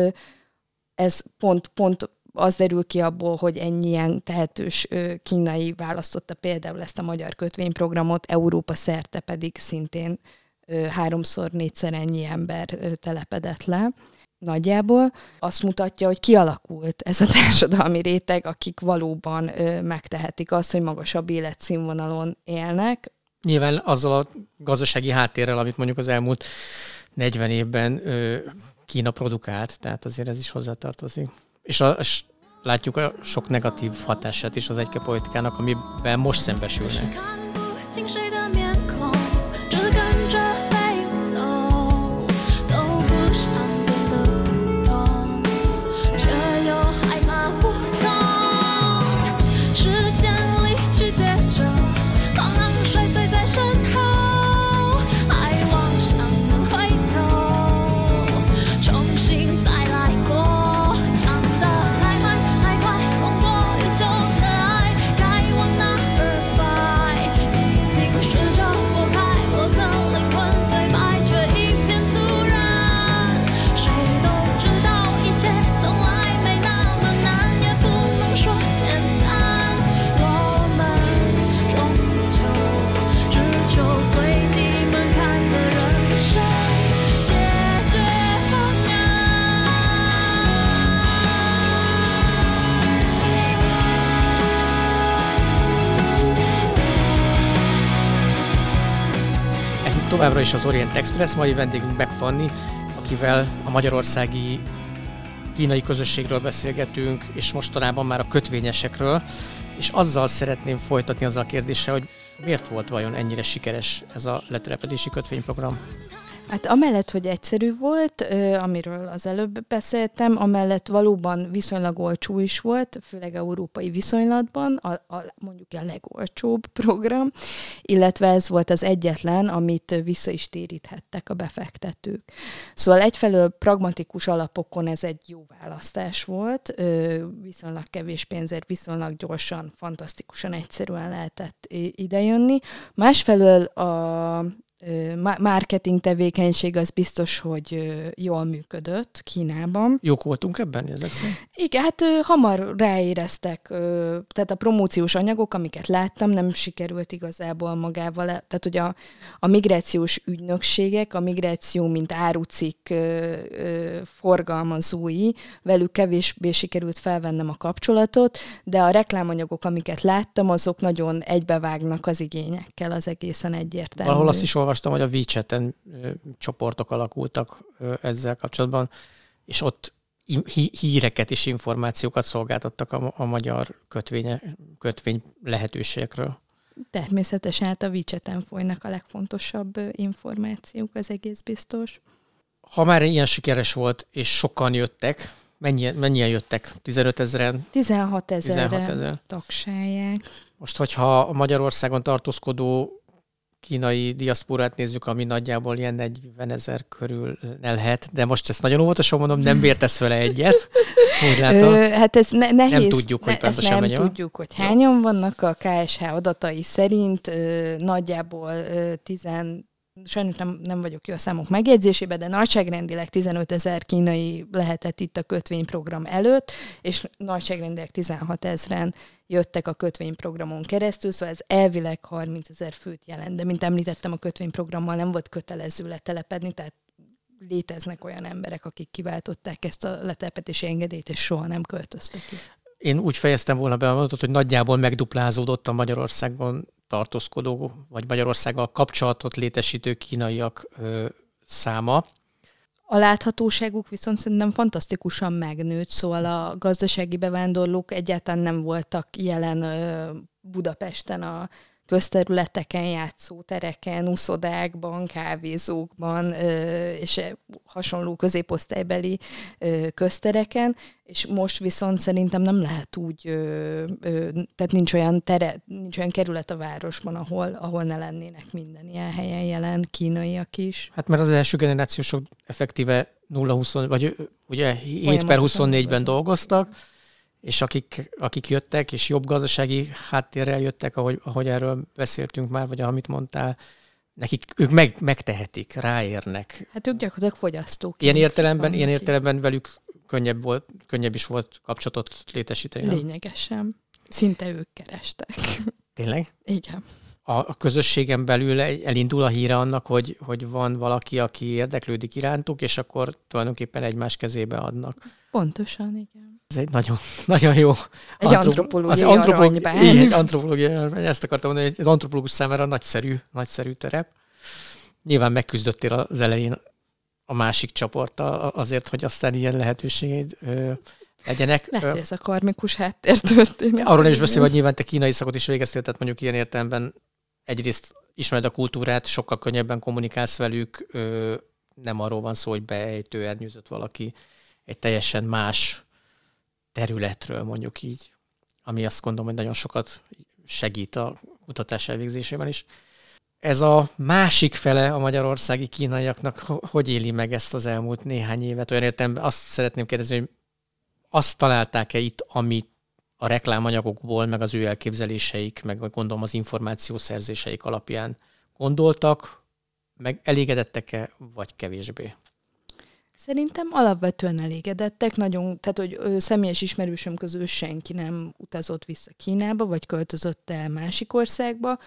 ez pont az derül ki abból, hogy ennyien tehetős kínai választotta például ezt a magyar kötvényprogramot, Európa szerte pedig szintén 3-4-szer ennyi ember telepedett le. Nagyjából azt mutatja, hogy kialakult ez a társadalmi réteg, akik valóban megtehetik azt, hogy magasabb életszínvonalon élnek. Nyilván azzal a gazdasági háttérrel, amit mondjuk az elmúlt 40 évben Kína produkált, tehát azért ez is hozzátartozik. És látjuk a sok negatív hatását is az egykepolitikának, amiben most szembesülnek. továbbra is az Orient Express, mai vendégünk Beck Fanni, akivel a magyarországi kínai közösségről beszélgetünk, és mostanában már a kötvényesekről, és azzal szeretném folytatni azzal a kérdéssel, hogy miért volt vajon ennyire sikeres ez a letelepedési kötvényprogram? Hát amellett, hogy egyszerű volt, amiről az előbb beszéltem, amellett valóban viszonylag olcsó is volt, főleg európai viszonylatban, mondjuk a legolcsóbb program, illetve ez volt az egyetlen, amit vissza is téríthettek a befektetők. Szóval egyfelől pragmatikus alapokon ez egy jó választás volt, viszonylag kevés pénzért, viszonylag gyorsan, fantasztikusan egyszerűen lehetett idejönni. Másfelől a marketing tevékenység az biztos, hogy jól működött Kínában. Jók voltunk ebben ezek szerint? Igen, hát hamar ráéreztek, tehát a promóciós anyagok, amiket láttam, nem sikerült igazából magával, tehát hogy a migrációs ügynökségek, a migráció mint árucikk forgalmazói, velük kevésbé sikerült felvennem a kapcsolatot, de a reklámanyagok, amiket láttam, azok nagyon egybevágnak az igényekkel, az egészen egyértelmű. Valahol azt is olvastam, hogy a WeChat-en csoportok alakultak ezzel kapcsolatban, és ott híreket és információkat szolgáltattak a magyar kötvény lehetőségekről. Természetesen hát a WeChat-en folynak a legfontosabb információk, az egész biztos. Ha már ilyen sikeres volt, és sokan jöttek, mennyien jöttek? 15 000-en? 16 000 tagsálják. Most, hogyha a Magyarországon tartózkodó kínai diaszporát nézzük, ami nagyjából ilyen 40 000 körül lehet, de most ezt nagyon óvatosan mondom, nem vértesz vele egyet. Úgy látom. Hát ez nehéz. Nem tudjuk, hogy pontosan nem tudjuk, hogy hányan vannak. A KSH adatai szerint nagyjából sajnos nem vagyok jó a számok megjegyzésében, de nagyságrendileg 15 000 kínai lehetett itt a kötvényprogram előtt, és nagyságrendileg 16 000-en jöttek a kötvényprogramon keresztül, szóval ez elvileg 30 000 főt jelent, de mint említettem, a kötvényprogrammal nem volt kötelező letelepedni, tehát léteznek olyan emberek, akik kiváltották ezt a letelepedési engedélyt, és soha nem költöztek ki. Én úgy fejeztem volna be a mondatot, hogy nagyjából megduplázódott a Magyarországon tartózkodó, vagy Magyarországgal kapcsolatot létesítő kínaiak száma. A láthatóságuk viszont szerintem fantasztikusan megnőtt, szóval a gazdasági bevándorlók egyáltalán nem voltak jelen Budapesten a közterületeken, játszótereken, uszodákban, kávézókban és hasonló középosztálybeli köztereken, és most viszont szerintem nem lehet úgy, tehát nincs olyan kerület a városban, ahol ne lennének minden ilyen helyen jelen kínaiak is. Hát mert az első generációsok effektíve 0-20, vagy ugye 7/24-ben dolgoztak, és akik jöttek, és jobb gazdasági háttérrel jöttek, ahogy erről beszéltünk már, vagy amit mondtál, ők megtehetik, ráérnek. Hát ők gyakorlatilag fogyasztók. Ilyen értelemben velük könnyebb is volt kapcsolatot létesíteni. Lényegesen. Szinte ők kerestek. Tényleg? Igen. A közösségen belül elindul a híre annak, hogy van valaki, aki érdeklődik irántuk, és akkor tulajdonképpen egymás kezébe adnak. Pontosan, igen. Ez egy nagyon, nagyon jó... Egy antropológiai aranybány. Igen, antropológiai aranybány. Ezt akartam mondani, hogy az antropológus számára nagyszerű terep. Nyilván megküzdöttél az elején a másik csoporttal azért, hogy aztán ilyen lehetőségeid legyenek. Lehet, hogy ez a karmikus háttértörténet. Arról nem is beszélve, hogy nyilván te kínai szakot is végeztél, tehát mondjuk ilyen értelemben egyrészt ismered a kultúrát, sokkal könnyebben kommunikálsz velük, nem arról van szó, hogy beejtőernyőzött valaki egy teljesen más területről, mondjuk így, ami azt gondolom, hogy nagyon sokat segít a kutatás elvégzésében is. Ez a másik fele a magyarországi kínaiaknak hogy éli meg ezt az elmúlt néhány évet? Olyan értelemben azt szeretném kérdezni, hogy azt találták-e itt, amit a reklámanyagokból, meg az ő elképzeléseik, meg gondolom az információszerzéseik alapján gondoltak, meg elégedettek-e, vagy kevésbé? Szerintem alapvetően elégedettek, tehát hogy személyes ismerősöm közül senki nem utazott vissza Kínába, vagy költözött el másik országba.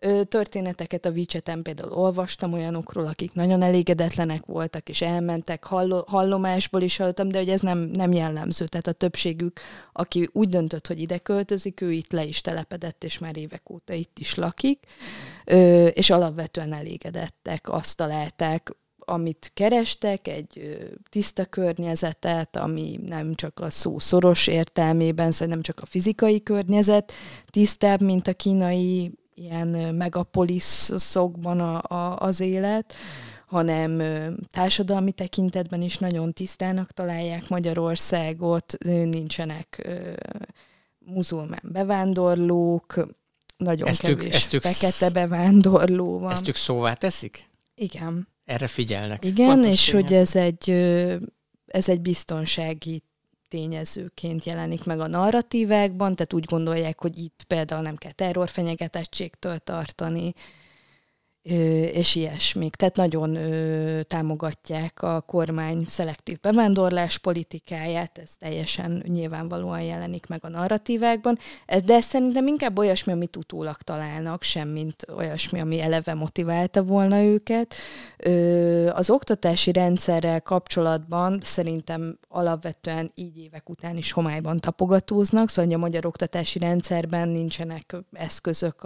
történeteket a WeChat-en, például olvastam olyanokról, akik nagyon elégedetlenek voltak, és elmentek, hallomásból is hallottam, de hogy ez nem jellemző. Tehát a többségük, aki úgy döntött, hogy ide költözik, ő itt le is telepedett, és már évek óta itt is lakik, és alapvetően elégedettek, azt találták, amit kerestek, egy tiszta környezetet, ami nem csak a szó szoros értelmében, szóval nem csak a fizikai környezet tisztább, mint a kínai ilyen megapoliszokban az élet, hanem társadalmi tekintetben is nagyon tisztának találják Magyarországot, nincsenek muzulmán bevándorlók, nagyon kevés fekete bevándorló van. Ezt ők szóvá teszik? Igen. Erre figyelnek. Igen, fontos és tényező. Hogy ez egy biztonsági tényezőként jelenik meg a narratívákban, tehát úgy gondolják, hogy itt például nem kell terrorfenyegetettségtől tartani, és ilyesmik. Tehát nagyon támogatják a kormány szelektív bevándorlás politikáját, ez teljesen nyilvánvalóan jelenik meg a narratívákban, de ez szerintem inkább olyasmi, amit utólag találnak, semmint olyasmi, ami eleve motiválta volna őket. Az oktatási rendszerrel kapcsolatban szerintem alapvetően így évek után is homályban tapogatóznak, szóval a magyar oktatási rendszerben nincsenek eszközök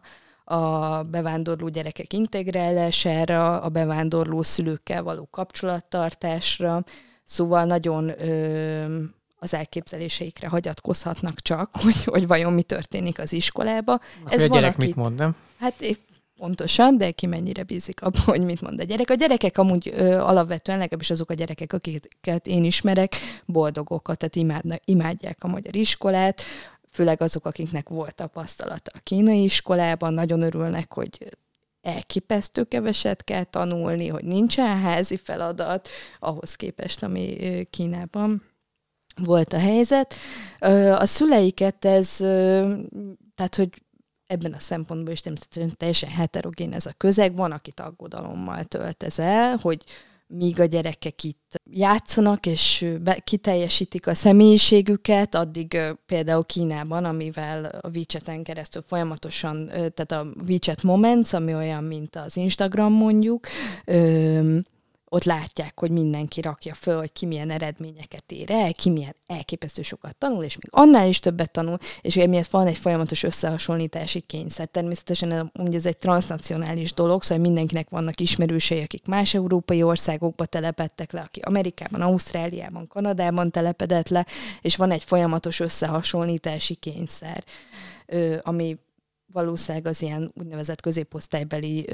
a bevándorló gyerekek integrálására, a bevándorló szülőkkel való kapcsolattartásra, szóval nagyon az elképzeléseikre hagyatkozhatnak csak, hogy vajon mi történik az iskolába. Ez a gyerek mit mond, nem? Hát pontosan, de ki mennyire bízik abban, hogy mit mond a gyerek. A gyerekek amúgy alapvetően, legalábbis azok a gyerekek, akiket én ismerek, boldogok, tehát imádják a magyar iskolát, főleg azok, akiknek volt tapasztalata a kínai iskolában, nagyon örülnek, hogy elképesztő keveset kell tanulni, hogy nincsen házi feladat, ahhoz képest, ami Kínában volt a helyzet. A szüleiket ez, tehát, hogy ebben a szempontból is teljesen heterogén ez a közeg, van, akit aggodalommal tölt ez el, hogy míg a gyerekek itt játszanak, és kiteljesítik a személyiségüket, addig például Kínában, amivel a WeChat-en keresztül folyamatosan, tehát a WeChat Moments, ami olyan, mint az Instagram mondjuk, ott látják, hogy mindenki rakja föl, hogy ki milyen eredményeket ér el, ki milyen elképesztő sokat tanul, és még annál is többet tanul, és emiatt van egy folyamatos összehasonlítási kényszer. Természetesen ez egy transznacionális dolog, szóval mindenkinek vannak ismerősei, akik más európai országokba telepedtek le, aki Amerikában, Ausztráliában, Kanadában telepedett le, és van egy folyamatos összehasonlítási kényszer, ami valószínűleg az ilyen úgynevezett középosztálybeli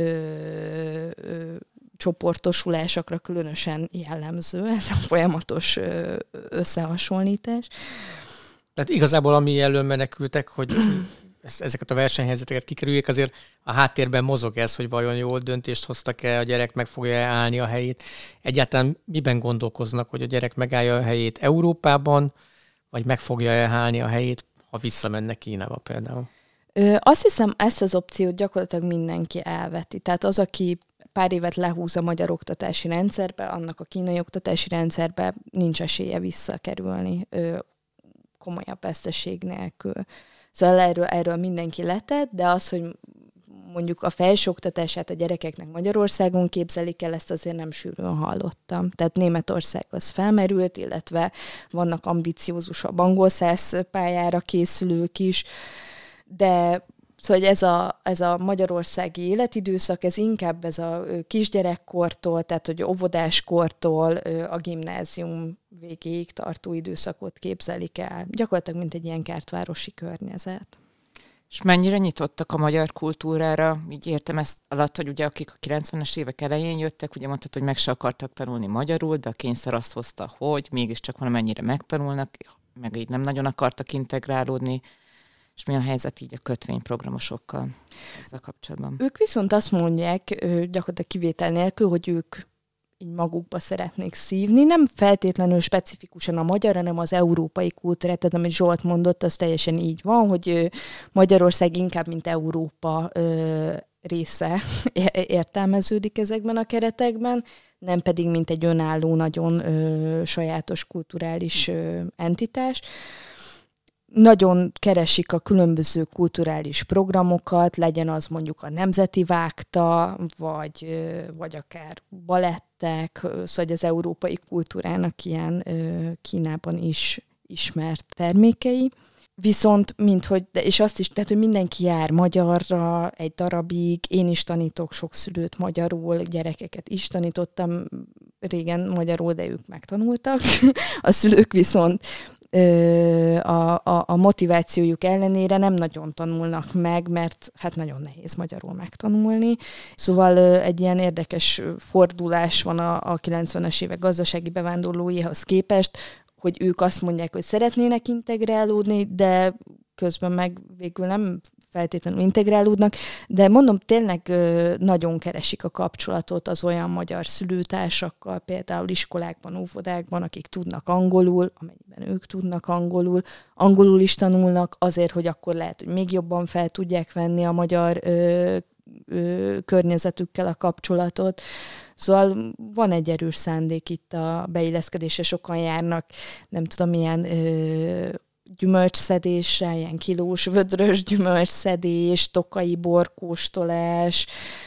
csoportosulásokra különösen jellemző, ez a folyamatos összehasonlítás. Tehát igazából ami elől menekültek, hogy ezeket a versenyhelyzeteket kikerüljék, azért a háttérben mozog ez, hogy vajon jól döntést hoztak-e, a gyerek meg fogja állni a helyét. Egyáltalán miben gondolkoznak, hogy a gyerek megállja a helyét Európában, vagy meg fogja állni a helyét, ha visszamenne Kínába például? Azt hiszem, ezt az opciót gyakorlatilag mindenki elveti. Tehát az, aki pár évet lehúz a magyar oktatási rendszerbe, annak a kínai oktatási rendszerbe nincs esélye visszakerülni komolyabb veszteség nélkül. Szóval erről mindenki letett, de az, hogy mondjuk a felsőoktatását a gyerekeknek Magyarországon képzelik el, ezt azért nem sűrűn hallottam. Tehát Németország az felmerült, illetve vannak ambiciózusabb angol száz pályára készülők is, de szóval ez a magyarországi életidőszak, ez inkább ez a kisgyerekkortól, tehát hogy óvodáskortól a gimnázium végéig tartó időszakot képzelik el. Gyakorlatilag, mint egy ilyen kertvárosi környezet. És mennyire nyitottak a magyar kultúrára? Így értem ezt alatt, hogy ugye akik a 90-es évek elején jöttek, ugye mondtad, hogy meg se akartak tanulni magyarul, de a kényszer azt hozta, hogy mégiscsak valamennyire megtanulnak, meg így nem nagyon akartak integrálódni. És mi a helyzet így a kötvényprogramosokkal ezzel kapcsolatban? Ők viszont azt mondják, gyakorlatilag kivétel nélkül, hogy ők így magukba szeretnék szívni. Nem feltétlenül specifikusan a magyar, hanem az európai kultúrát. Tehát amit Zsolt mondott, az teljesen így van, hogy Magyarország inkább, mint Európa része értelmeződik ezekben a keretekben, nem pedig, mint egy önálló, nagyon sajátos kulturális entitás. nagyon keresik a különböző kulturális programokat, legyen az mondjuk a Nemzeti Vágta, vagy akár balettek, szóval az európai kultúrának ilyen Kínában is ismert termékei. Viszont, és azt is, tehát, hogy mindenki jár magyarra egy darabig, én is tanítok sok szülőt magyarul, gyerekeket is tanítottam régen magyarul, de ők megtanultak. A szülők viszont a motivációjuk ellenére nem nagyon tanulnak meg, mert hát nagyon nehéz magyarul megtanulni. Szóval egy ilyen érdekes fordulás van a 90-es évek gazdasági bevándorlóihoz képest, hogy ők azt mondják, hogy szeretnének integrálódni, de közben meg végül nem feltétlenül integrálódnak, de mondom, tényleg nagyon keresik a kapcsolatot az olyan magyar szülőtársakkal, például iskolákban, óvodákban, akik tudnak angolul, amennyiben ők tudnak angolul is tanulnak, azért, hogy akkor lehet, hogy még jobban fel tudják venni a magyar környezetükkel a kapcsolatot. Szóval van egy erős szándék itt a beilleszkedésre, sokan járnak, nem tudom, ilyen gyümölcsszedésre, ilyen kilós vödrös gyümölcsszedés, tokai borkóstolás.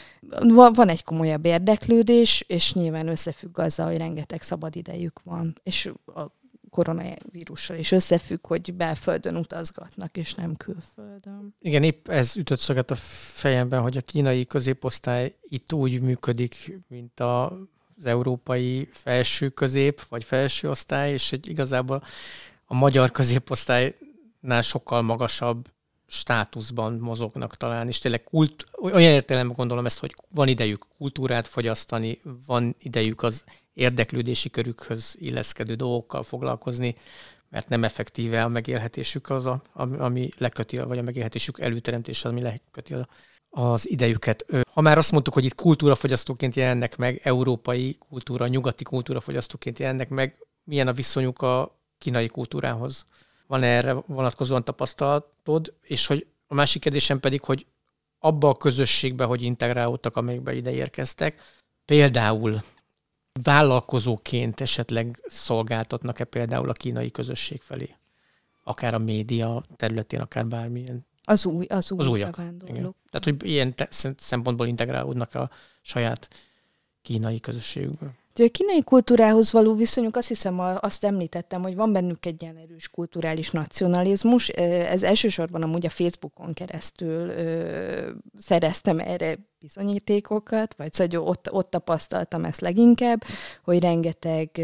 Van egy komolyabb érdeklődés, és nyilván összefügg azzal, hogy rengeteg szabad idejük van. És a koronavírussal is összefügg, hogy belföldön utazgatnak, és nem külföldön. Igen, épp ez ütött szöget a fejemben, hogy a kínai középosztály itt úgy működik, mint az európai felső közép, vagy felső osztály, és igazából a magyar középosztálynál sokkal magasabb státuszban mozognak talán, és tényleg olyan értelemben gondolom ezt, hogy van idejük kultúrát fogyasztani, van idejük az érdeklődési körükhöz illeszkedő dolgokkal foglalkozni, mert nem effektíve a megélhetésük az, ami leköti, vagy a megélhetésük előteremtése, ami leköti az idejüket. Ha már azt mondtuk, hogy itt kultúrafogyasztóként jelennek meg, európai kultúra, nyugati kultúrafogyasztóként jelennek meg, milyen a viszonyuk a kínai kultúrához? Van erre vonatkozóan tapasztalatod? És hogy a másik kérdésem pedig, hogy abba a közösségbe, hogy integrálódtak, amelyikbe ide érkeztek, például vállalkozóként esetleg szolgáltatnak-e például a kínai közösség felé? Akár a média területén, akár bármilyen. Az újak. Igen. Tehát, hogy ilyen szempontból integrálódnak a saját kínai közösségükből. A kínai kultúrához való viszonyuk, azt hiszem, azt említettem, hogy van bennük egy ilyen erős kulturális nacionalizmus. Ez elsősorban amúgy a Facebookon keresztül szereztem erre bizonyítékokat, vagy szóval ott tapasztaltam ezt leginkább, hogy rengeteg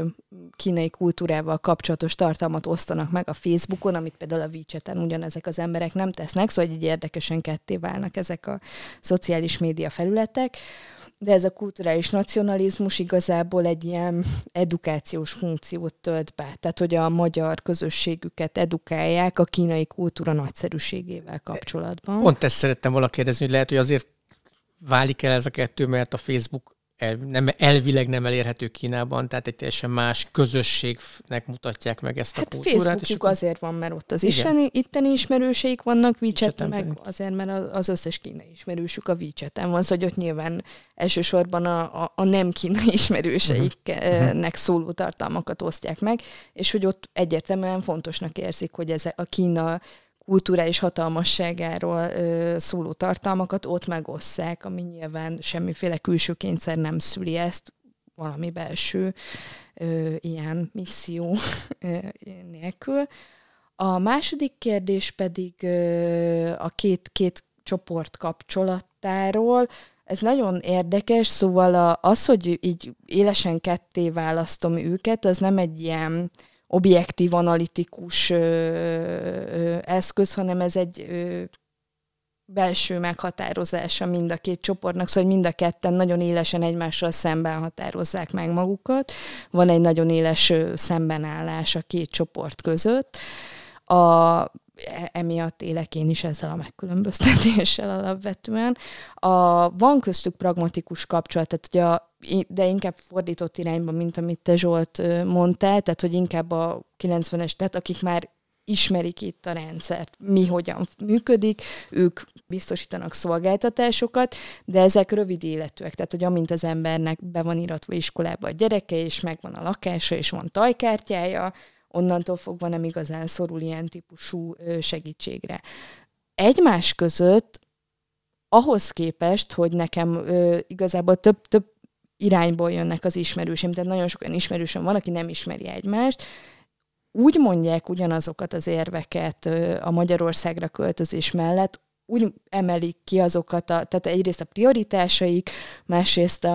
kínai kultúrával kapcsolatos tartalmat osztanak meg a Facebookon, amit például a WeChat-en ugyanezek az emberek nem tesznek, szóval így érdekesen ketté válnak ezek a szociális média felületek. De ez a kulturális nacionalizmus igazából egy ilyen edukációs funkciót tölt be. Tehát, hogy a magyar közösségüket edukálják a kínai kultúra nagyszerűségével kapcsolatban. Pont ezt szerettem volna kérdezni, hogy lehet, hogy azért válik el ez a kettő, mert a Facebook elvileg nem elérhető Kínában, tehát egy teljesen más közösségnek mutatják meg ezt a kultúrát. Facebookjuk azért van, mert ott az itteni ismerőseik vannak, WeChat meg azért, mert az összes kínai ismerősük a WeChat-en van, szóval ott nyilván elsősorban a nem kínai ismerőseiknek szóló tartalmakat osztják meg, és hogy ott egyértelműen fontosnak érzik, hogy ez a Kína kulturális hatalmasságáról szóló tartalmakat ott megosszák, ami nyilván semmiféle külső kényszer nem szüli ezt, valami belső ilyen misszió nélkül. A második kérdés pedig a két csoport kapcsolatáról. Ez nagyon érdekes, szóval az, hogy így élesen ketté választom őket, az nem egy ilyen objektív, analitikus eszköz, hanem ez egy belső meghatározása mind a két csoportnak, szóval mind a ketten nagyon élesen egymással szemben határozzák meg magukat. Van egy nagyon éles szembenállás a két csoport között. Emiatt élek én is ezzel a megkülönböztetéssel alapvetően. Van köztük pragmatikus kapcsolat, tehát de inkább fordított irányba, mint amit te Zsolt mondtál, tehát hogy inkább a 90-es, tehát akik már ismerik itt a rendszert, mi hogyan működik, ők biztosítanak szolgáltatásokat, de ezek rövid életűek, tehát hogy amint az embernek be van iratva iskolába a gyereke, és megvan a lakása, és van tajkártyája, onnantól fogva nem igazán szorul ilyen típusú segítségre. Egymás között ahhoz képest, hogy nekem igazából több irányból jönnek az ismerőseim, tehát nagyon sok olyan ismerősöm van, aki nem ismeri egymást, úgy mondják ugyanazokat az érveket a Magyarországra költözés mellett, úgy emelik ki azokat, tehát egyrészt a prioritásaik, másrészt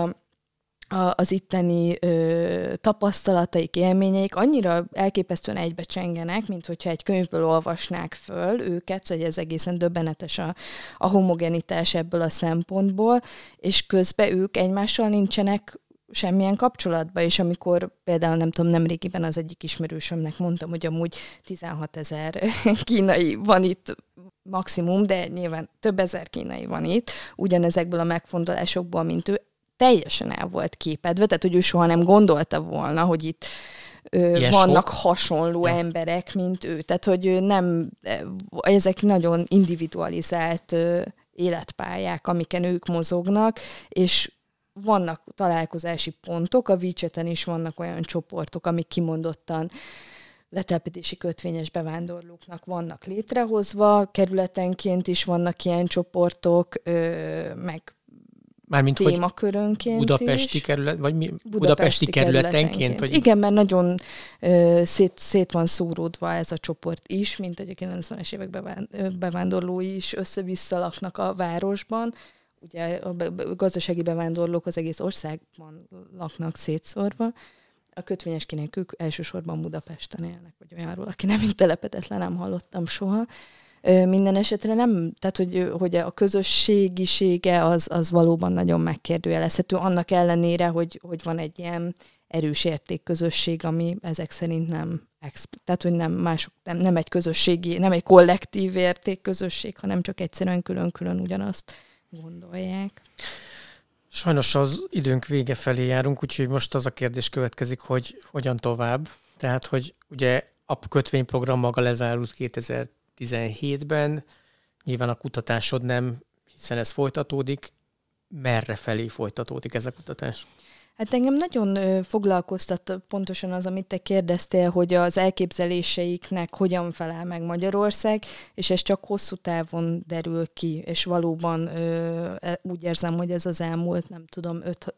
az itteni tapasztalataik, élményeik annyira elképesztően egybecsengenek, mint hogyha egy könyvből olvasnák föl őket, hogy ez egészen döbbenetes a homogenitás ebből a szempontból, és közben ők egymással nincsenek semmilyen kapcsolatban, és amikor például nemrégiben az egyik ismerősömnek mondtam, hogy amúgy 16 000 kínai van itt maximum, de nyilván több ezer kínai van itt, ugyanezekből a megfontolásokból, mint ő, teljesen el volt képedve, tehát hogy ő soha nem gondolta volna, hogy itt vannak hasonló emberek, mint ő. Tehát, hogy nem, ezek nagyon individualizált életpályák, amiken ők mozognak, és vannak találkozási pontok, a WeChat-en is vannak olyan csoportok, amik kimondottan letelepedési kötvényes bevándorlóknak vannak létrehozva, kerületenként is vannak ilyen csoportok, meg mármint témakörönként budapesti is. Kerület, vagy mi? Budapesti kerületenként? Vagy... Igen, mert nagyon szét van szóródva ez a csoport is, mint hogy a 90-es évek bevándorlói is össze-vissza laknak a városban. Ugye a gazdasági bevándorlók az egész országban laknak szétszórva. A kötvényeskének ők elsősorban Budapesten élnek, vagy olyanról, aki nem telepedetlen, nem hallottam soha. Minden esetre nem, tehát hogy a közösségisége az valóban nagyon megkérdőjelezhető, annak ellenére, hogy van egy ilyen erős értékközösség, ami ezek szerint nem, tehát hogy nem egy közösségi, nem egy kollektív értékközösség, hanem csak egyszerűen külön-külön ugyanazt gondolják. Sajnos az időnk vége felé járunk, úgyhogy most az a kérdés következik, hogy hogyan tovább. Tehát, hogy ugye a kötvényprogram maga lezárult 2017-ben, nyilván a kutatásod nem, hiszen ez folytatódik. Merre felé folytatódik ez a kutatás? Hát engem nagyon foglalkoztat pontosan az, amit te kérdeztél, hogy az elképzeléseiknek hogyan felel meg Magyarország, és ez csak hosszú távon derül ki, és valóban úgy érzem, hogy ez az elmúlt, nem tudom,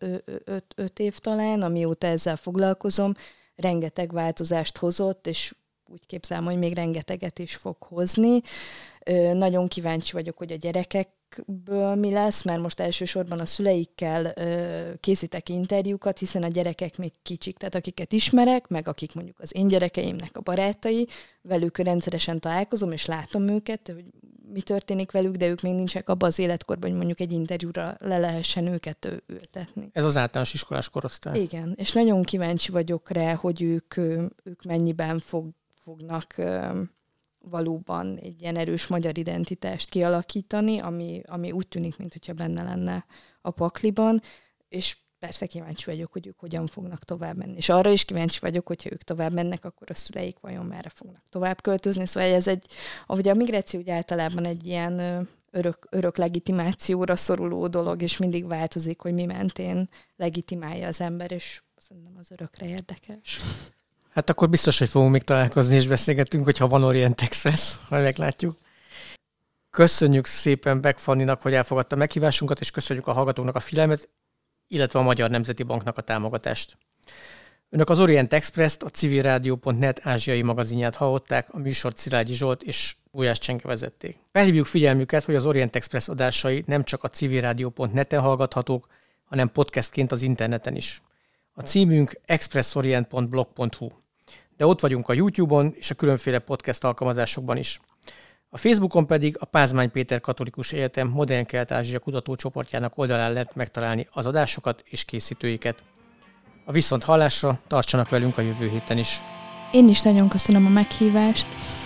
5 év talán, amióta ezzel foglalkozom, rengeteg változást hozott, és úgy képzelem, hogy még rengeteget is fog hozni. Nagyon kíváncsi vagyok, hogy a gyerekekből mi lesz, mert most elsősorban a szüleikkel készítek interjúkat, hiszen a gyerekek még kicsik, tehát akiket ismerek, meg akik mondjuk az én gyerekeimnek a barátai, velük rendszeresen találkozom, és látom őket, hogy mi történik velük, de ők még nincsenek abban az életkorban, hogy mondjuk egy interjúra le lehessen őket ültetni. Ez az általános iskolás korosztály. Igen, és nagyon kíváncsi vagyok rá, hogy ők mennyiben fognak valóban egy ilyen erős magyar identitást kialakítani, ami úgy tűnik, mintha benne lenne a pakliban, és persze kíváncsi vagyok, hogy ők hogyan fognak tovább menni. És arra is kíváncsi vagyok, hogyha ők tovább mennek, akkor a szüleik vajon merre fognak tovább költözni. Szóval ez ahogy a migráció úgy általában egy ilyen örök legitimációra szoruló dolog, és mindig változik, hogy mi mentén legitimálja az ember, és szerintem az örökre érdekes. Hát akkor biztos, hogy fogunk még találkozni és beszélgetünk, hogyha van Orient Express, ha meglátjuk. Köszönjük szépen Beck Fanninak, hogy elfogadta meghívásunkat, és köszönjük a hallgatóknak a figyelmet, illetve a Magyar Nemzeti Banknak a támogatást. Önök az Orient Express-t, a civilradio.net ázsiai magazinját hallották, a műsort Szilágyi Zsolt és Gulyás Csenge vezették. Felhívjuk figyelmüket, hogy az Orient Express adásai nem csak a civilradio.net-en hallgathatók, hanem podcastként az interneten is. A címünk expressorient.blog.hu, de ott vagyunk a YouTube-on és a különféle podcast alkalmazásokban is. A Facebookon pedig a Pázmány Péter Katolikus Egyetem Modern Kelet-Ázsia kutatócsoportjának oldalán lehet megtalálni az adásokat és készítőiket. A viszonthallásra tartsanak velünk a jövő héten is. Én is nagyon köszönöm a meghívást.